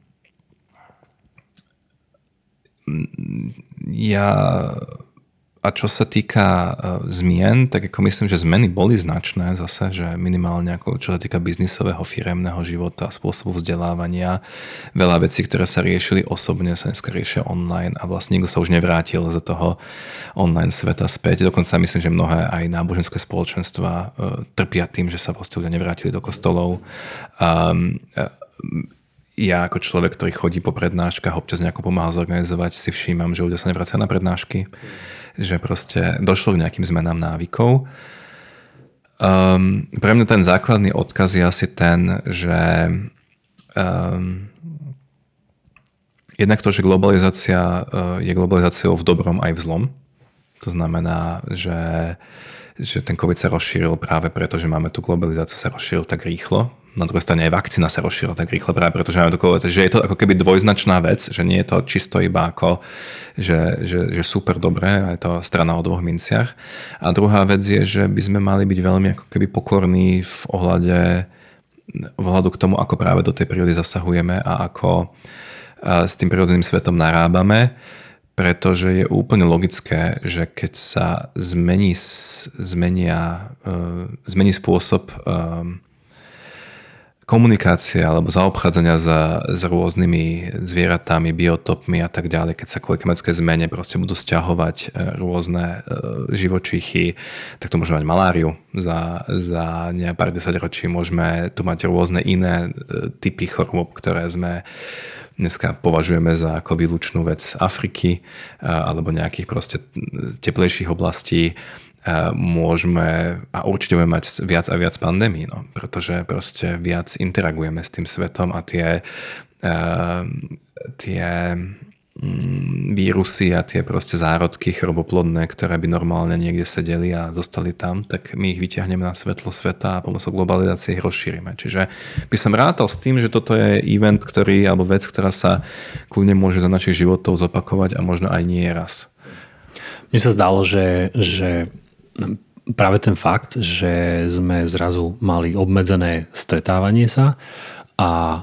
S2: ja a čo sa týka uh, zmien, tak ako myslím, že zmeny boli značné zase, že minimálne ako čo sa týka biznisového, firemného života, spôsobu vzdelávania, veľa vecí, ktoré sa riešili osobne, sa dneska riešia online a vlastne nikto sa už nevrátil z toho online sveta späť. Dokonca myslím, že mnohé aj náboženské spoločenstva uh, trpia tým, že sa proste ľudia nevrátili do kostolov. Um, uh, Ja ako človek, ktorý chodí po prednáškach, občas nejako pomáhal zorganizovať, si všímam, že ľudia sa nevracajú na prednášky, že proste došlo k nejakým zmenám návykov. Um, pre mňa ten základný odkaz je asi ten, že um, jednak to, že globalizácia uh, je globalizáciou v dobrom aj v zlom. To znamená, že že ten COVID sa rozšíril práve preto, že máme tú globalizáciu, sa rozšíril tak rýchlo. Na druhej strane aj vakcína sa rozšírila tak rýchle práve preto, že, že je to ako keby dvojznačná vec, že nie je to čisto iba ako, že, že, že super dobré, je to strana o dvoch minciach. A druhá vec je, že by sme mali byť veľmi ako keby pokorní v ohľade, v ohľadu k tomu, ako práve do tej prírody zasahujeme a ako s tým prírodzeným svetom narábame, pretože je úplne logické, že keď sa zmení, zmenia, zmení spôsob komunikácie alebo zaobchádzania za, s rôznymi zvieratami, biotopmi a tak ďalej, keď sa kvôli klimatickej zmene proste budú sťahovať rôzne živočíchy, tak to môžeme mať maláriu za, za ne pár desaťročí, môžeme tu mať rôzne iné typy chorôb, ktoré sme dneska považujeme za ako výlučnú vec Afriky alebo nejakých proste teplejších oblastí. Môžeme a určite budeme mať viac a viac pandémií, no, pretože proste viac interagujeme s tým svetom a tie, uh, tie um, vírusy a tie proste zárodky choroboplodné, ktoré by normálne niekde sedeli a zostali tam, tak my ich vyťahneme na svetlo sveta a pomocou globalizácie ich rozšírime. Čiže by som rátal s tým, že toto je event, ktorý, alebo vec, ktorá sa kľudne môže za našich životov zopakovať a možno aj nie raz.
S1: Mne sa zdalo, že, že práve ten fakt, že sme zrazu mali obmedzené stretávanie sa a,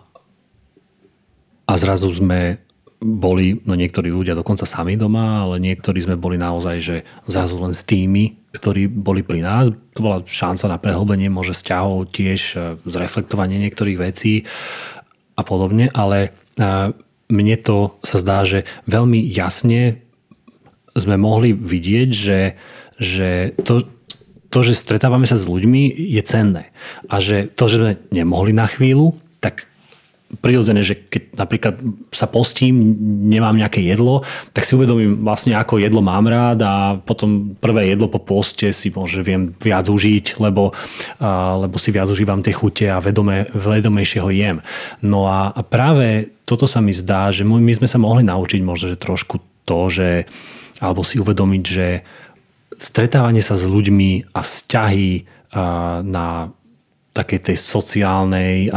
S1: a zrazu sme boli, no niektorí ľudia dokonca sami doma, ale niektorí sme boli naozaj, že zrazu len s tými, ktorí boli pri nás. To bola šanca na prehlbenie možno vzťahov, tiež zreflektovanie niektorých vecí a podobne, ale mne to sa zdá, že veľmi jasne sme mohli vidieť, že že to, to, že stretávame sa s ľuďmi, je cenné. A že to, že sme nemohli na chvíľu, tak prirodzené, že keď napríklad sa postím, nemám nejaké jedlo, tak si uvedomím vlastne, ako jedlo mám rád a potom prvé jedlo po poste si môže viem viac užiť, lebo, lebo si viac užívam tie chute a vedome, vedomejšie ho jem. No a, a práve toto sa mi zdá, že my sme sa mohli naučiť možno, že trošku to, že alebo si uvedomiť, že stretávanie sa s ľuďmi a vzťahy na takej tej sociálnej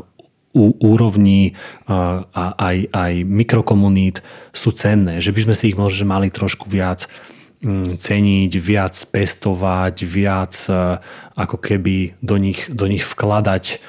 S1: úrovni a aj, aj mikrokomunít sú cenné. Že by sme si ich možno mali trošku viac ceniť, viac pestovať, viac ako keby do nich, do nich vkladať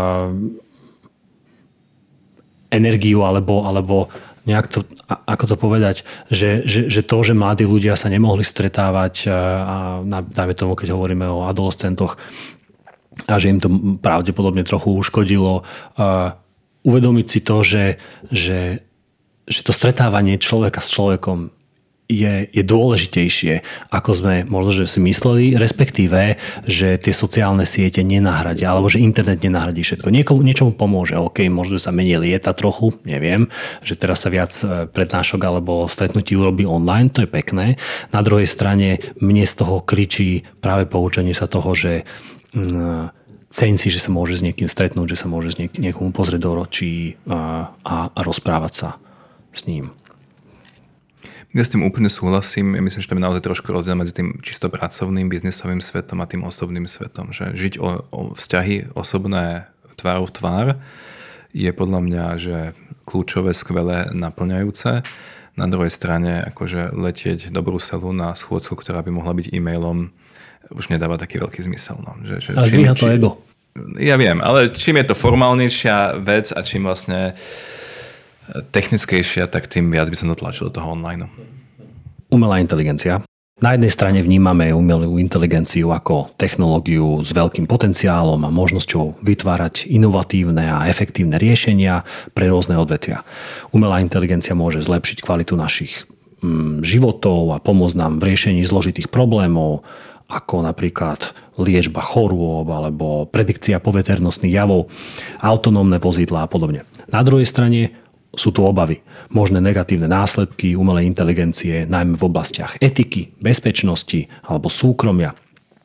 S1: energiu alebo, alebo nejak to, ako to povedať, že, že, že to, že mladí ľudia sa nemohli stretávať a dajme tomu, keď hovoríme o adolescentoch a že im to pravdepodobne trochu uškodilo, uvedomiť si to, že, že, že to stretávanie človeka s človekom je, je dôležitejšie, ako sme možno, že si mysleli, respektíve, že tie sociálne siete nenahradia, alebo že internet nenahradí všetko. Niekomu, niečomu pomôže. OK, možno sa mení lieta trochu, neviem, že teraz sa viac prednášok alebo stretnutí urobí online, to je pekné. Na druhej strane mne z toho kričí práve poučenie sa toho, že mm, ceň si, že sa môže s niekým stretnúť, že sa môže s niek- niekomu pozrieť do ročí a, a, a rozprávať sa s ním.
S2: Ja s tým úplne súhlasím. Ja myslím, že to je naozaj trošku rozdiel medzi tým čisto pracovným, biznisovým svetom a tým osobným svetom. Že žiť o, o vzťahy osobné tvárou v tvár je podľa mňa že kľúčové, skvelé, naplňajúce. Na druhej strane akože letieť do Bruselu na schôdzku, ktorá by mohla byť e-mailom, už nedáva taký veľký zmysel. No. Že, že
S1: ale zdvíha to ego.
S2: Ja viem, ale čím je to formálnejšia vec a čím vlastne technickejšia, tak tým viac by som dotlačil do toho online.
S1: Umelá inteligencia. Na jednej strane vnímame umelú inteligenciu ako technológiu s veľkým potenciálom a možnosťou vytvárať inovatívne a efektívne riešenia pre rôzne odvetvia. Umelá inteligencia môže zlepšiť kvalitu našich mm, životov a pomôcť nám v riešení zložitých problémov, ako napríklad liečba chorôb alebo predikcia poveternostných javov, autonómne vozidlá a podobne. Na druhej strane sú tu obavy, možné negatívne následky umelej inteligencie, najmä v oblastiach etiky, bezpečnosti alebo súkromia.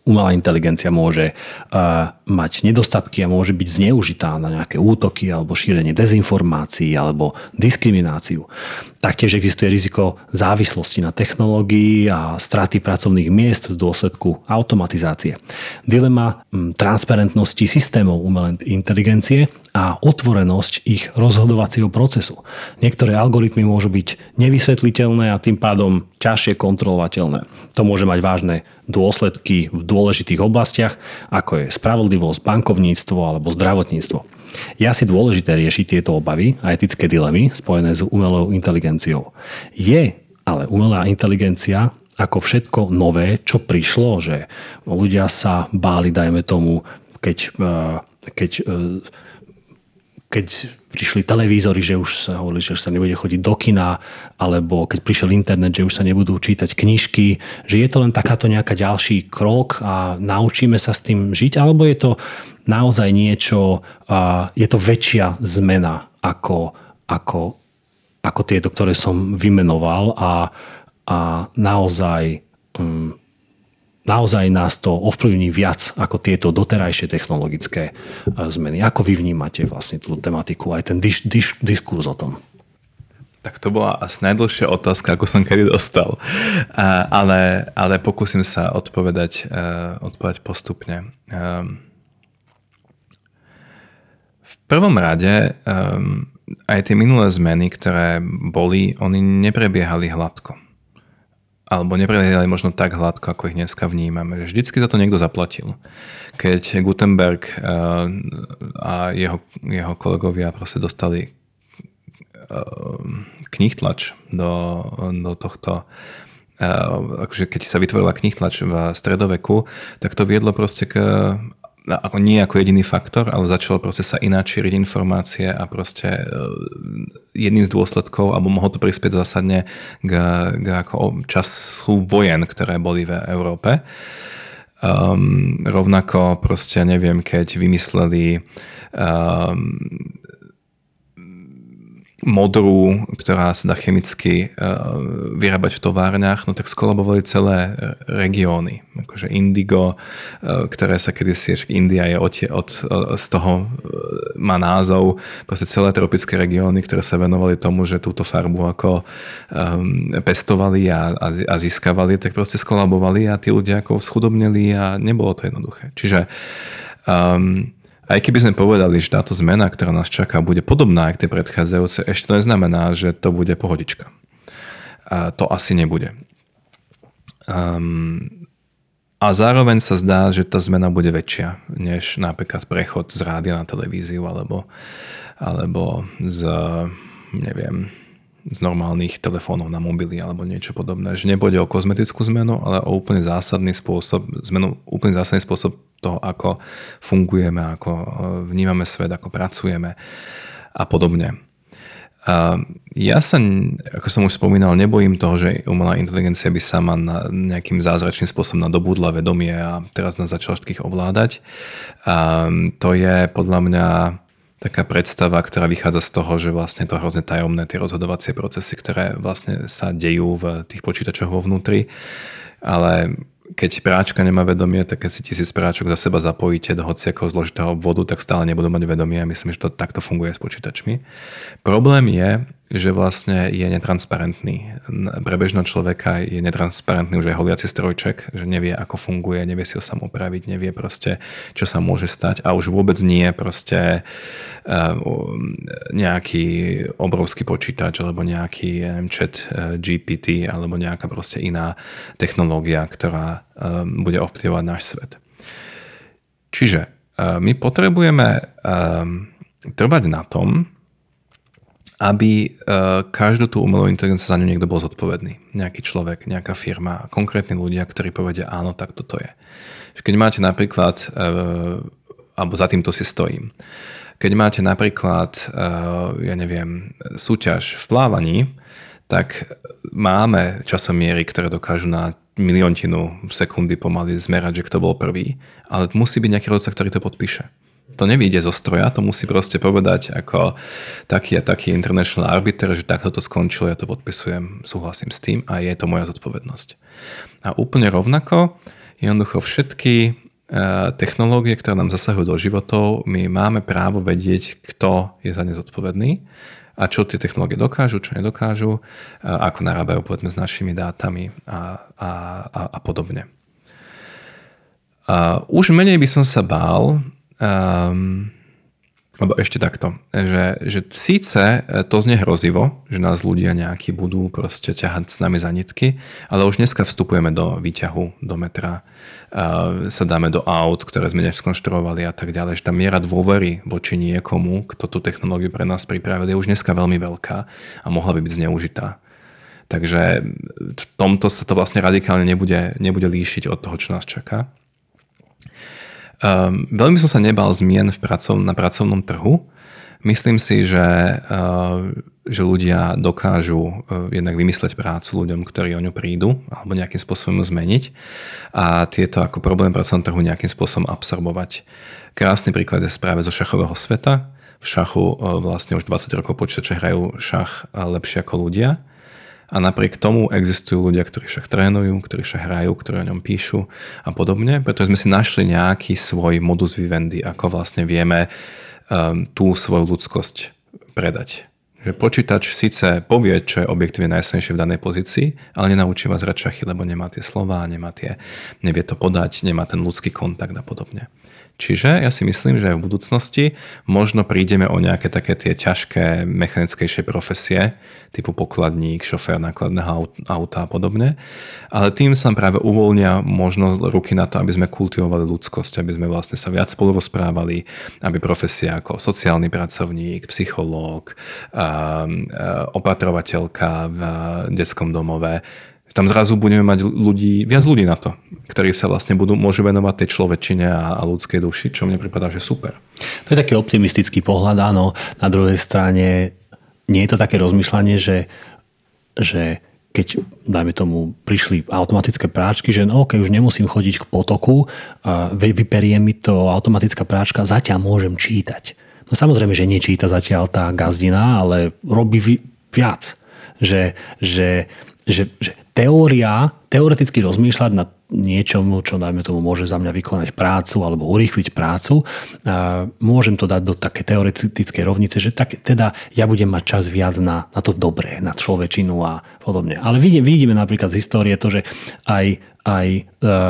S1: umelá inteligencia môže uh, mať nedostatky a môže byť zneužitá na nejaké útoky alebo šírenie dezinformácií alebo diskrimináciu. Taktiež existuje riziko závislosti na technológii a straty pracovných miest v dôsledku automatizácie. Dilema hm, transparentnosti systémov umelej inteligencie a otvorenosť ich rozhodovacieho procesu. Niektoré algoritmy môžu byť nevysvetliteľné a tým pádom ťažšie kontrolovateľné. To môže mať vážne dôsledky v dôležitých oblastiach, ako je spravodlivosť, bankovníctvo alebo zdravotníctvo. Je asi dôležité riešiť tieto obavy a etické dilemy spojené s umelou inteligenciou. Je ale umelá inteligencia ako všetko nové, čo prišlo, že ľudia sa báli, dajme tomu, keď, keď keď prišli televízory, že už sa hovorili, že sa nebude chodiť do kina, alebo keď prišiel internet, že už sa nebudú čítať knižky, že je to len takáto nejaká ďalší krok a naučíme sa s tým žiť, alebo je to naozaj niečo, je to väčšia zmena ako, ako, ako tieto, ktoré som vymenoval a, a naozaj um, naozaj nás to ovplyvní viac ako tieto doterajšie technologické zmeny. Ako vy vnímate vlastne tú tematiku, aj ten dis, dis, diskurs o tom?
S2: Tak to bola asi najdlhšia otázka, ako som kedy dostal. Ale, ale pokúsim sa odpovedať, odpovedať postupne. V prvom rade aj tie minulé zmeny, ktoré boli, oni neprebiehali hladko. Alebo neprebiehali možno tak hladko, ako ich dneska vnímame. Vždycky za to niekto zaplatil. Keď Gutenberg a jeho, jeho kolegovia proste dostali knihtlač do, do tohto, akože keď sa vytvorila knihtlač v stredoveku, tak to viedlo proste k, ako nie ako jediný faktor, ale začalo proste sa ináč šíriť informácie a proste jedným z dôsledkov, alebo mohlo to prispieť zásadne k, k ako času vojen, ktoré boli v Európe. Um, rovnako proste, neviem, keď vymysleli um, modru, ktorá sa dá chemicky uh, vyrábať v továrniach, no tak skolabovali celé regióny. Akože indigo, uh, ktoré sa kedysi, India je od, od, z toho uh, má názov, proste celé tropické regióny, ktoré sa venovali tomu, že túto farbu ako um, pestovali a, a, a získavali, tak proste skolabovali a tí ľudia ako schudobneli a nebolo to jednoduché. Čiže um, aj keby sme povedali, že táto zmena, ktorá nás čaká, bude podobná aj k tej predchádzajúcej, ešte to neznamená, že to bude pohodička. A to asi nebude. Um, a zároveň sa zdá, že tá zmena bude väčšia, než napríklad prechod z rádia na televíziu alebo, alebo z, neviem, z normálnych telefónov na mobily alebo niečo podobné. Že nepôjde o kozmetickú zmenu, ale o úplne zásadný spôsob, zmenu, úplne zásadný spôsob toho, ako fungujeme, ako vnímame svet, ako pracujeme a podobne. Ja sa, ako som už spomínal, nebojím toho, že umelá inteligencia by sama na nejakým zázračným spôsobom nadobudla vedomie a teraz nás začala všetkých ovládať. To je podľa mňa taká predstava, ktorá vychádza z toho, že vlastne to hrozne tajomné, tie rozhodovacie procesy, ktoré vlastne sa dejú v tých počítačoch vo vnútri. Ale keď práčka nemá vedomie, tak keď si tisíc práčok za seba zapojíte do hociakého zložitého obvodu, tak stále nebudú mať vedomie a myslím, že to takto funguje s počítačmi. Problém je, že vlastne je netransparentný. Pre bežného človeka je netransparentný už aj holiaci strojček, že nevie, ako funguje, nevie si ho sám opraviť, nevie proste, čo sa môže stať a už vôbec nie proste uh, nejaký obrovský počítač alebo nejaký neviem, chat uh, G P T alebo nejaká proste iná technológia, ktorá uh, bude ovplyvňovať náš svet. Čiže uh, my potrebujeme uh, trvať na tom, aby uh, každú tú umelú inteligenciu za ňu niekto bol zodpovedný. Nejaký človek, nejaká firma, konkrétni ľudia, ktorí povedia, áno, tak toto je. Keď máte napríklad, uh, alebo za týmto si stojím, keď máte napríklad, uh, ja neviem, súťaž v plávaní, tak máme časomiery, ktoré dokážu na miliontinu sekundy pomaly zmerať, že kto bol prvý, ale musí byť nejaký rozsah, ktorý to podpíše. To nevyjde zo stroja, to musí proste povedať ako taký a taký international arbiter, že takto to skončilo, ja to podpisujem, súhlasím s tým a je to moja zodpovednosť. A úplne rovnako Jednoducho všetky technológie, ktoré nám zasahujú do životov, my máme právo vedieť, kto je za ne zodpovedný a čo tie technológie dokážu, čo nedokážu, ako narábajú povedzme s našimi dátami a, a, a, a podobne. A už menej by som sa bál, um, lebo ešte takto, že, že síce to znie hrozivo, že nás ľudia nejakí budú proste ťahať s nami za nitky, ale už dneska vstupujeme do výťahu, do metra, uh, sa dáme do aut, ktoré sme neskonštruovali a tak ďalej, že tá miera dôvery voči niekomu, kto tú technológiu pre nás pripravil, je už dneska veľmi veľká a mohla by byť zneužitá. Takže v tomto sa to vlastne radikálne nebude, nebude líšiť od toho, čo nás čaká. Um, veľmi som sa nebal zmien v pracov, na pracovnom trhu. Myslím si, že, uh, že ľudia dokážu uh, jednak vymysleť prácu ľuďom, ktorí o ňu prídu alebo nejakým spôsobom zmeniť a tieto ako problém pracovnom trhu nejakým spôsobom absorbovať. Krásny príklad je práve zo šachového sveta. V šachu uh, vlastne už dvadsať rokov počítače hrajú šach uh, lepšie ako ľudia. A napriek tomu existujú ľudia, ktorí šach trénujú, ktorí šach hrajú, ktorí o ňom píšu a podobne. Preto sme si našli nejaký svoj modus vivendi, ako vlastne vieme um, tú svoju ľudskosť predať. Že počítač síce povie, čo je objektívne najsilnejšie v danej pozícii, ale nenaučí vás hrať šachy, lebo nemá tie slová, nemá tie, nevie to podať, nemá ten ľudský kontakt a podobne. Čiže ja si myslím, že aj v budúcnosti možno prídeme o nejaké také tie ťažké, mechanickejšie profesie, typu pokladník, šofér nákladného auta a podobne. Ale tým sa práve uvoľnia možno ruky na to, aby sme kultivovali ľudskosť, aby sme vlastne sa viac spolu rozprávali, aby profesia ako sociálny pracovník, psychológ, opatrovateľka v detskom domove, tam zrazu budeme mať ľudí, viac ľudí na to, ktorí sa vlastne budú, môžu venovať tej človečine a, a ľudskej duši, čo mne pripadá, že super.
S1: To je taký optimistický pohľad, áno. Na druhej strane nie je to také rozmýšľanie, že, že keď, dajme tomu, prišli automatické práčky, že no, okay, už nemusím chodiť k potoku, vyperie mi to automatická práčka, zatiaľ môžem čítať. No samozrejme, že nečíta zatiaľ tá gazdina, ale robí viac. Že, že, že, že teória, teoreticky rozmýšľať nad niečom, čo dajme tomu môže za mňa vykonať prácu alebo urýchliť prácu, a môžem to dať do také teoretickej rovnice, že tak, teda ja budem mať čas viac na, na to dobré, na človečinu a podobne. Ale vidíme, vidíme napríklad z histórie to, že aj, aj e,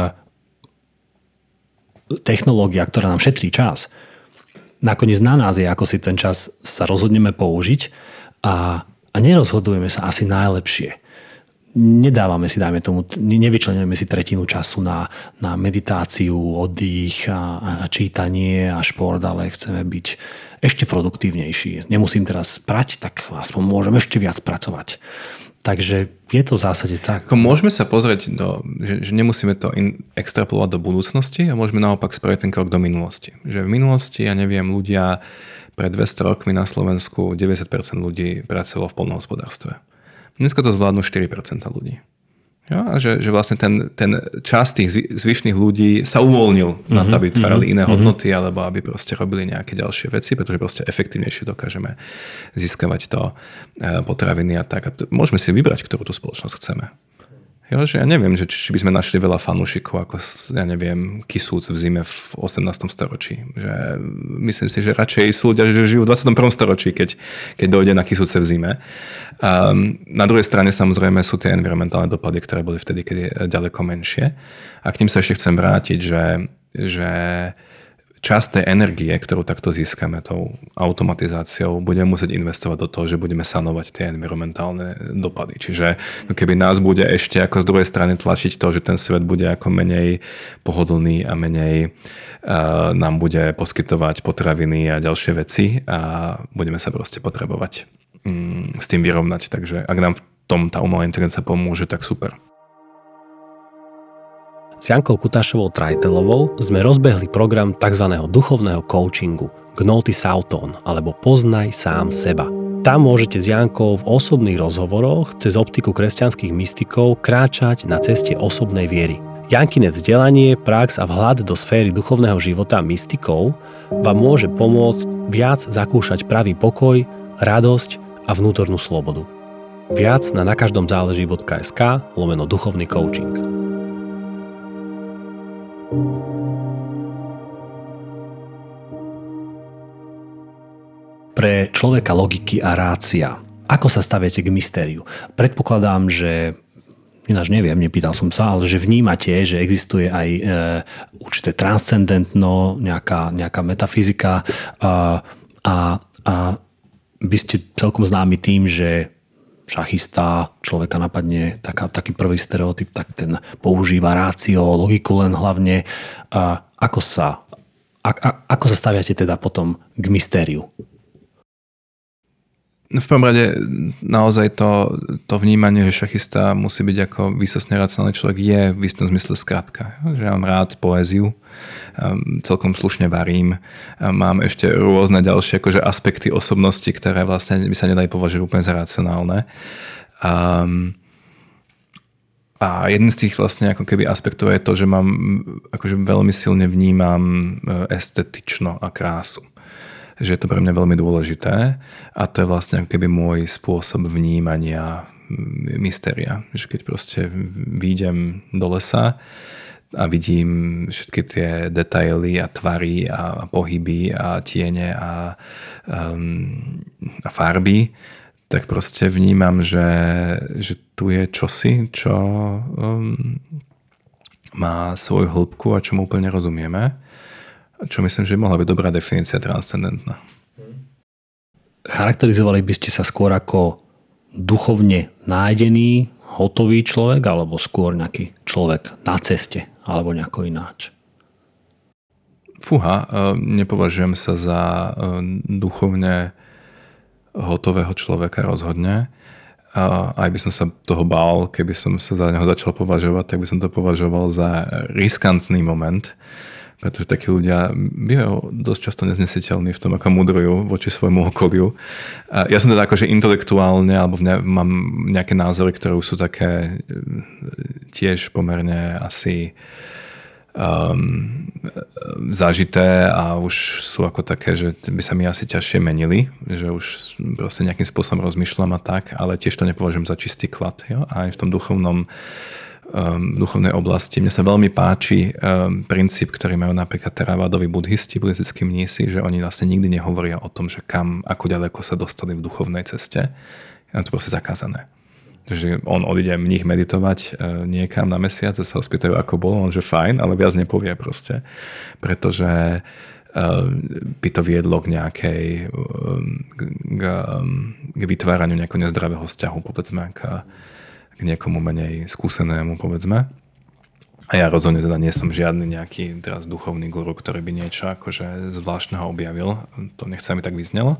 S1: technológia, ktorá nám šetrí čas, nakoniec na nás je, ako si ten čas sa rozhodneme použiť a, a nerozhodujeme sa asi najlepšie. Nedávame si, dajme tomu, nevyčlenujeme si tretinu času na, na meditáciu, oddych a, a čítanie a šport, ale chceme byť ešte produktívnejší. Nemusím teraz prať, tak aspoň môžem ešte viac pracovať. Takže je to v zásade tak.
S2: Môžeme sa pozrieť, do, že, že nemusíme to in, extrapolovať do budúcnosti a môžeme naopak spraviť ten krok do minulosti. Že v minulosti, ja neviem, ľudia pred dvesto rokmi na Slovensku deväťdesiat percent ľudí pracovalo v poľnohospodárstve. Dneska to zvládnu štyri percentá ľudí. Jo? A že, že vlastne ten, ten čas tých zvyšných ľudí sa uvoľnil mm-hmm, na to, aby tvorili mm-hmm, iné hodnoty alebo aby proste robili nejaké ďalšie veci, pretože proste efektívnejšie dokážeme získavať to potraviny a tak. A to, môžeme si vybrať, ktorú tú spoločnosť chceme. Jo, že ja neviem, že či by sme našli veľa fanúšikov, ako ja neviem, kysúc v zime v osemnástom storočí. Že myslím si, že radšej sú ľudia, že žijú v dvadsiatom prvom storočí, keď, keď dojde na kysúce v zime. Um, na druhej strane samozrejme sú tie environmentálne dopady, ktoré boli vtedy, keď je ďaleko menšie. A k tým sa ešte chcem vrátiť, že, že časť tej energie, ktorú takto získame tou automatizáciou, budeme musieť investovať do toho, že budeme sanovať tie environmentálne dopady. Čiže keby nás bude ešte ako z druhej strany tlačiť to, že ten svet bude ako menej pohodlný a menej uh, nám bude poskytovať potraviny a ďalšie veci a budeme sa proste potrebovať um, s tým vyrovnať. Takže ak nám v tom tá umelá inteligencia pomôže, tak super.
S3: S Jankou Kutášovou Trajtelovou sme rozbehli program tzv. Duchovného coachingu Gnóty Sauton alebo Poznaj sám seba. Tam môžete s Jankou v osobných rozhovoroch cez optiku kresťanských mystikov kráčať na ceste osobnej viery. Jankine vzdelanie, prax a vhľad do sféry duchovného života mystikov vám môže pomôcť viac zakúšať pravý pokoj, radosť a vnútornú slobodu. Viac na nakaždomzáleží bodka es ká lomeno duchovný coaching.
S1: pre človeka logiky a rácia, ako sa staviate k mystériu? Predpokladám, že ináč neviem, nepýtal som sa, ale že vnímate, že existuje aj e, určité transcendentno, nejaká, nejaká metafyzika a, a, a by ste celkom známi tým, že šachista, človeka napadne taká, taký prvý stereotyp, tak ten používa rácio, logiku len hlavne. A ako sa, a, a, ako sa staviate teda potom k mystériu?
S2: V prvom rade naozaj to, to vnímanie, že šachista musí byť ako výsostne racionálny človek, je v istom zmysle skratka. Že ja mám rád poéziu, celkom slušne varím, mám ešte rôzne ďalšie akože aspekty osobnosti, ktoré vlastne by sa nedali považovať úplne za racionálne. Um, a jeden z tých vlastne ako keby aspektov je to, že mám akože veľmi silne vnímam estetično a krásu. Že je to pre mňa veľmi dôležité a to je vlastne ako keby môj spôsob vnímania mystéria. Že keď proste výjdem do lesa a vidím všetky tie detaily a tvary a pohyby a tiene a, um, a farby, tak proste vnímam, že, že tu je čosi, čo um, má svoju hĺbku a čomu úplne rozumieme. Čo myslím, že mohla byť dobrá definícia transcendentná.
S1: Charakterizovali by ste sa skôr ako duchovne nájdený, hotový človek, alebo skôr nejaký človek na ceste, alebo nejako ináč?
S2: Fúha, nepovažujem sa za duchovne hotového človeka rozhodne. A aj by som sa toho bál, keby som sa za neho začal považovať, tak by som to považoval za riskantný moment. Pretože takí ľudia bývajú dosť často neznesiteľní v tom, ako mudrujú voči svojmu okoliu. A ja som teda akože intelektuálne, alebo ne, mám nejaké názory, ktoré sú také tiež pomerne asi um, zažité a už sú ako také, že by sa mi asi ťažšie menili, že už proste nejakým spôsobom rozmýšľam a tak, ale tiež to nepovažujem za čistý klad. Jo? A aj v tom duchovnom Um, duchovnej oblasti. Mne sa veľmi páči um, princíp, ktorý majú napríklad Theravadovi budhisti, buddhistickí mnísi, že oni vlastne nikdy nehovoria o tom, že kam, ako ďaleko sa dostali v duchovnej ceste. Je to proste zakázané. Takže on odíde mních meditovať uh, niekam na mesiac a sa ho spýtajú, ako bolo, on že fajn, ale viac nepovie proste. Pretože uh, by to viedlo k nejakej um, k, um, k vytváraniu nejakého nezdravého vzťahu, povedzme, k k niekomu menej skúsenému, povedzme. A ja rozhodne teda nie som žiadny nejaký teraz duchovný guru, ktorý by niečo akože zvláštneho objavil. To nechce mi tak vyznelo.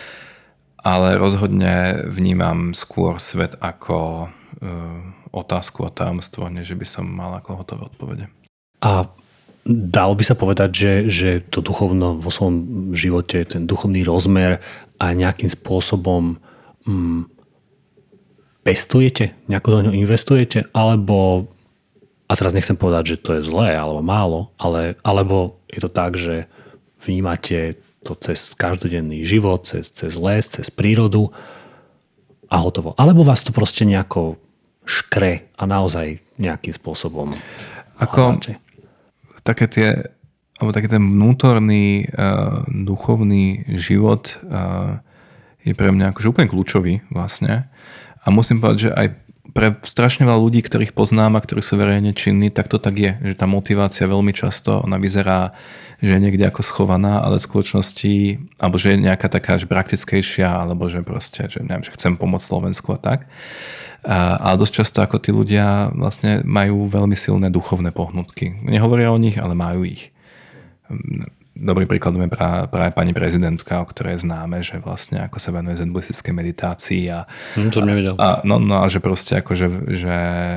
S2: Ale rozhodne vnímam skôr svet ako e, otázku a tajomstvo, než by som mal ako hotové odpovede.
S1: A dalo by sa povedať, že, že to duchovno vo svojom živote, ten duchovný rozmer aj nejakým spôsobom mm, pestujete, nejako do ňoho investujete, alebo, a teraz nechcem povedať, že to je zlé, alebo málo, ale, alebo je to tak, že vnímate to cez každodenný život, cez, cez les, cez prírodu a hotovo. Alebo vás to proste nejako škre a naozaj nejakým spôsobom
S2: ako
S1: hľadáte.
S2: Také tie, alebo taký ten vnútorný uh, duchovný život uh, je pre mňa akože úplne kľúčový vlastne. A musím povedať, že aj pre strašne veľa ľudí, ktorých poznám a ktorí sú verejne činní, tak to tak je. Že tá motivácia veľmi často, ona vyzerá, že je niekde ako schovaná, ale v skutočnosti, alebo že je nejaká taká že praktickejšia, alebo že proste, že neviem, že chcem pomôcť Slovensku a tak. A, ale dosť často ako tí ľudia vlastne majú veľmi silné duchovné pohnutky. Nehovoria o nich, ale majú ich. Dobrý príklad je práve, práve pani prezidentka, o ktorej je známe, že vlastne ako sa venuje zen-buddhistickej meditácii a,
S1: hm, som nevedel.
S2: a, no, no a že proste ako, že, že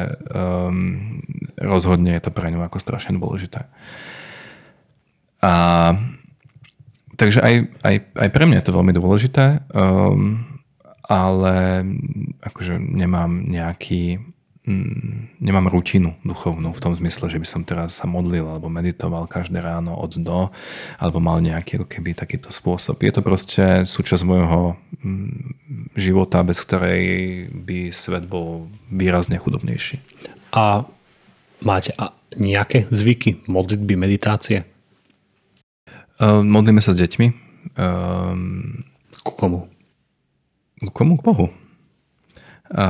S2: um, rozhodne je to pre ňu ako strašne dôležité. A takže aj, aj, aj pre mňa je to veľmi dôležité, um, ale akože nemám nejaký nemám rutinu duchovnú v tom zmysle, že by som teraz sa modlil alebo meditoval každé ráno od do, alebo mal nejaký keby takýto spôsob. Je to proste súčasť môjho života, bez ktorej by svet bol výrazne chudobnejší.
S1: A máte nejaké zvyky, modlitby, meditácie?
S2: Uh, modlíme sa s deťmi. Uh,
S1: Ku komu?
S2: Ku komu? K Bohu. A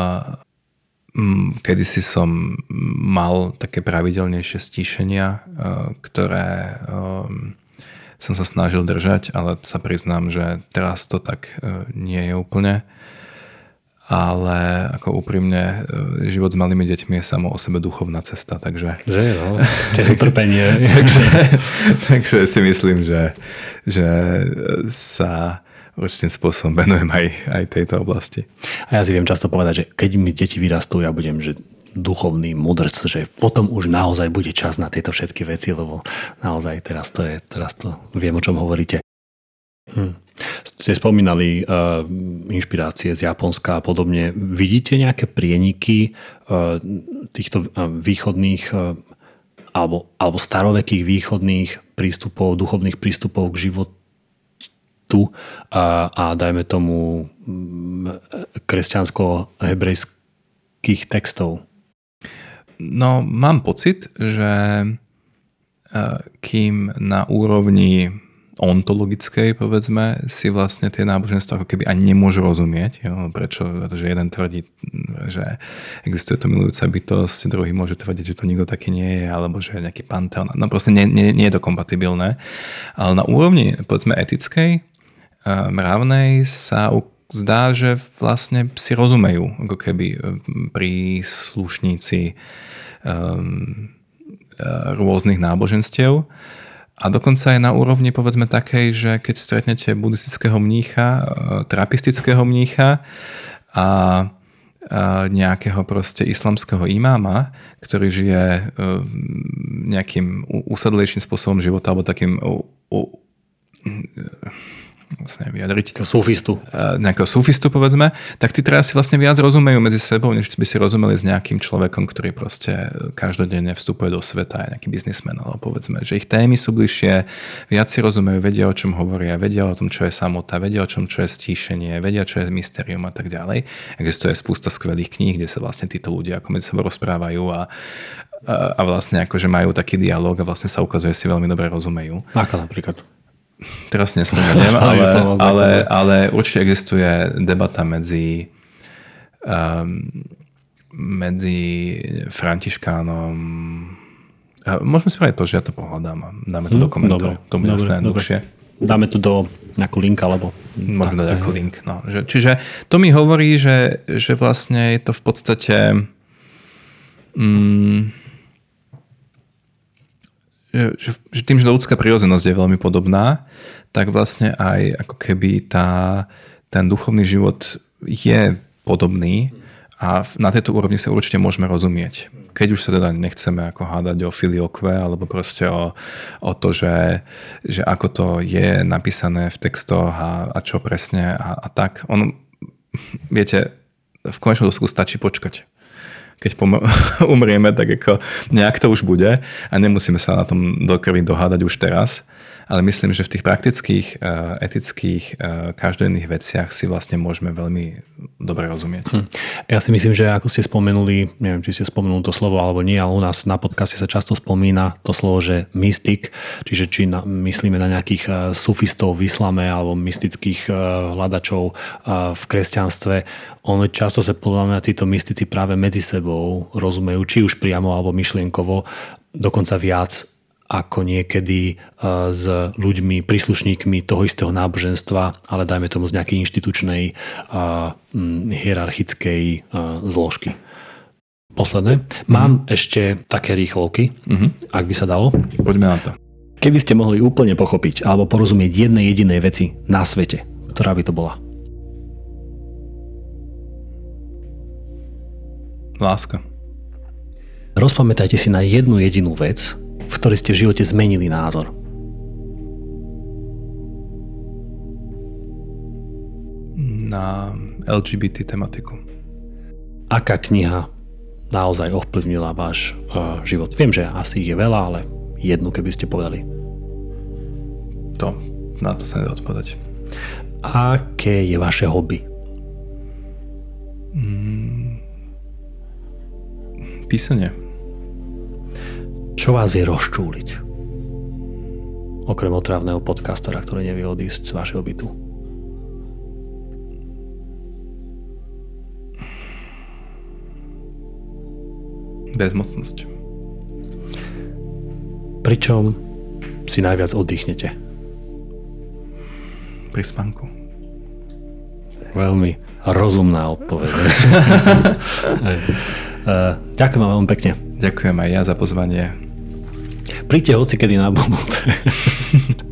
S2: kedysi som mal také pravidelnejšie stíšenia, ktoré som sa snažil držať, ale sa priznám, že teraz to tak nie je úplne. Ale ako úprimne, život s malými deťmi je samo o sebe duchovná cesta, takže...
S1: Že no, tiež trpenie.
S2: takže, takže si myslím, že, že sa určitým spôsobom venujem aj, aj tejto oblasti.
S1: A ja si viem často povedať, že keď mi deti vyrastú, ja budem že duchovný mudrc, že potom už naozaj bude čas na tieto všetky veci, lebo naozaj teraz to je, teraz to viem, o čom hovoríte. Hm. Ste spomínali uh, inšpirácie z Japonska a podobne. Vidíte nejaké prieniky uh, týchto uh, východných uh, alebo, alebo starovekých východných prístupov, duchovných prístupov k životu a, a dajme tomu kresťansko-hebrejských textov?
S2: No, mám pocit, že kým na úrovni ontologickej, povedzme, si vlastne tie náboženstva ako keby ani nemôžu rozumieť. Jo? Prečo? Pretože jeden tvrdí, že existuje to milujúca bytosť, druhý môže tvrdiť, že to nikto taký nie je, alebo že je nejaký panteón. No proste nie, nie, nie je to kompatibilné. Ale na úrovni, povedzme, etickej, mravnej sa zdá, že vlastne si rozumejú, ako keby príslušníci um, rôznych náboženstiev. A dokonca aj na úrovni, povedzme, takej, že keď stretnete buddhistického mnícha, trapistického mnícha a nejakého proste islamského imáma, ktorý žije nejakým usadlejším spôsobom života alebo takým u, u, vlastne vyjadriť.
S1: Sufistu.
S2: Nejakého sufistu, povedzme, tak tí teraz si vlastne viac rozumejú medzi sebou, než by si rozumeli s nejakým človekom, ktorý proste každodenne vstupuje do sveta, aj nejaký biznismen, ale povedzme, že ich témy sú bližšie, viac si rozumejú, vedia, o čom hovoria, vedia o tom, čo je samota, vedia o čom, čo je stíšenie, vedia, čo je mysterium a tak ďalej. Existuje spústa skvelých kníh, kde sa vlastne títo ľudia ako medzi sebou rozprávajú a, a, a vlastne akože majú taký dialóg a vlastne sa ukazuje, si veľmi dobre rozumejú.
S1: Ako napríklad?
S2: Teraz nespomeniem, ale, ale, ale určite existuje debata medzi um, medzi Františkánom. Môžeme si povedať to, že ja to pohľadám a dáme to hmm, do komentov. To bude jasné dlhšie.
S1: Dáme to do nejakú link alebo...
S2: Môžeme dať ako link. No. Že, čiže to mi hovorí, že, že vlastne je to v podstate... Um, Že, že tým, že ľudská prírodzenosť je veľmi podobná, tak vlastne aj ako keby tá, ten duchovný život je podobný a na tejto úrovni sa určite môžeme rozumieť. Keď už sa teda nechceme ako hádať o filiokve alebo proste o, o to, že, že ako to je napísané v textoch a, a čo presne a, a tak. On, viete, v konečnom dôsledku stačí počkať. Keď pom- umrieme, tak ako nejak to už bude a nemusíme sa na tom do krvi dohádať už teraz. Ale myslím, že v tých praktických, etických, každodenných veciach si vlastne môžeme veľmi dobre rozumieť. Hm.
S1: Ja si myslím, že ako ste spomenuli, neviem, či ste spomenuli to slovo alebo nie, ale u nás na podcaste sa často spomína to slovo, že mystik, čiže či na, myslíme na nejakých sufistov v islame alebo mystických hľadačov v kresťanstve. Ono často sa podľa mňa títo mystici práve medzi sebou rozumejú, či už priamo alebo myšlienkovo, dokonca viac ako niekedy s ľuďmi, príslušníkmi toho istého náboženstva, ale dajme tomu z nejakej inštitučnej hierarchickej zložky. Posledné. Mám mm. ešte také rýchlovky, mm-hmm. ak by sa dalo.
S2: Poďme na to.
S1: Keby ste mohli úplne pochopiť alebo porozumieť jednej jedinej veci na svete, ktorá by to bola?
S2: Láska.
S1: Rozpamätajte si na jednu jedinú vec, v ktorej ste v živote zmenili názor.
S2: Na el gé bé té tematiku.
S1: Aká kniha naozaj ovplyvnila váš uh, život? Viem, že asi ich je veľa, ale jednu, keby ste povedali.
S2: To, na to sa nedá odpovedať.
S1: Aké je vaše hobby?
S2: Mm, písanie.
S1: Čo vás vie rozčúliť? Okrem otrávneho podcastera, ktorý nevie odísť z vašeho bytu.
S2: bezmocnosť.
S1: Pričom si najviac oddychnete?
S2: Pri spánku.
S1: Veľmi rozumná odpoveď. Ďakujem vám veľmi pekne.
S2: Ďakujem aj ja za pozvanie.
S1: Príďte hocikedy na budúce.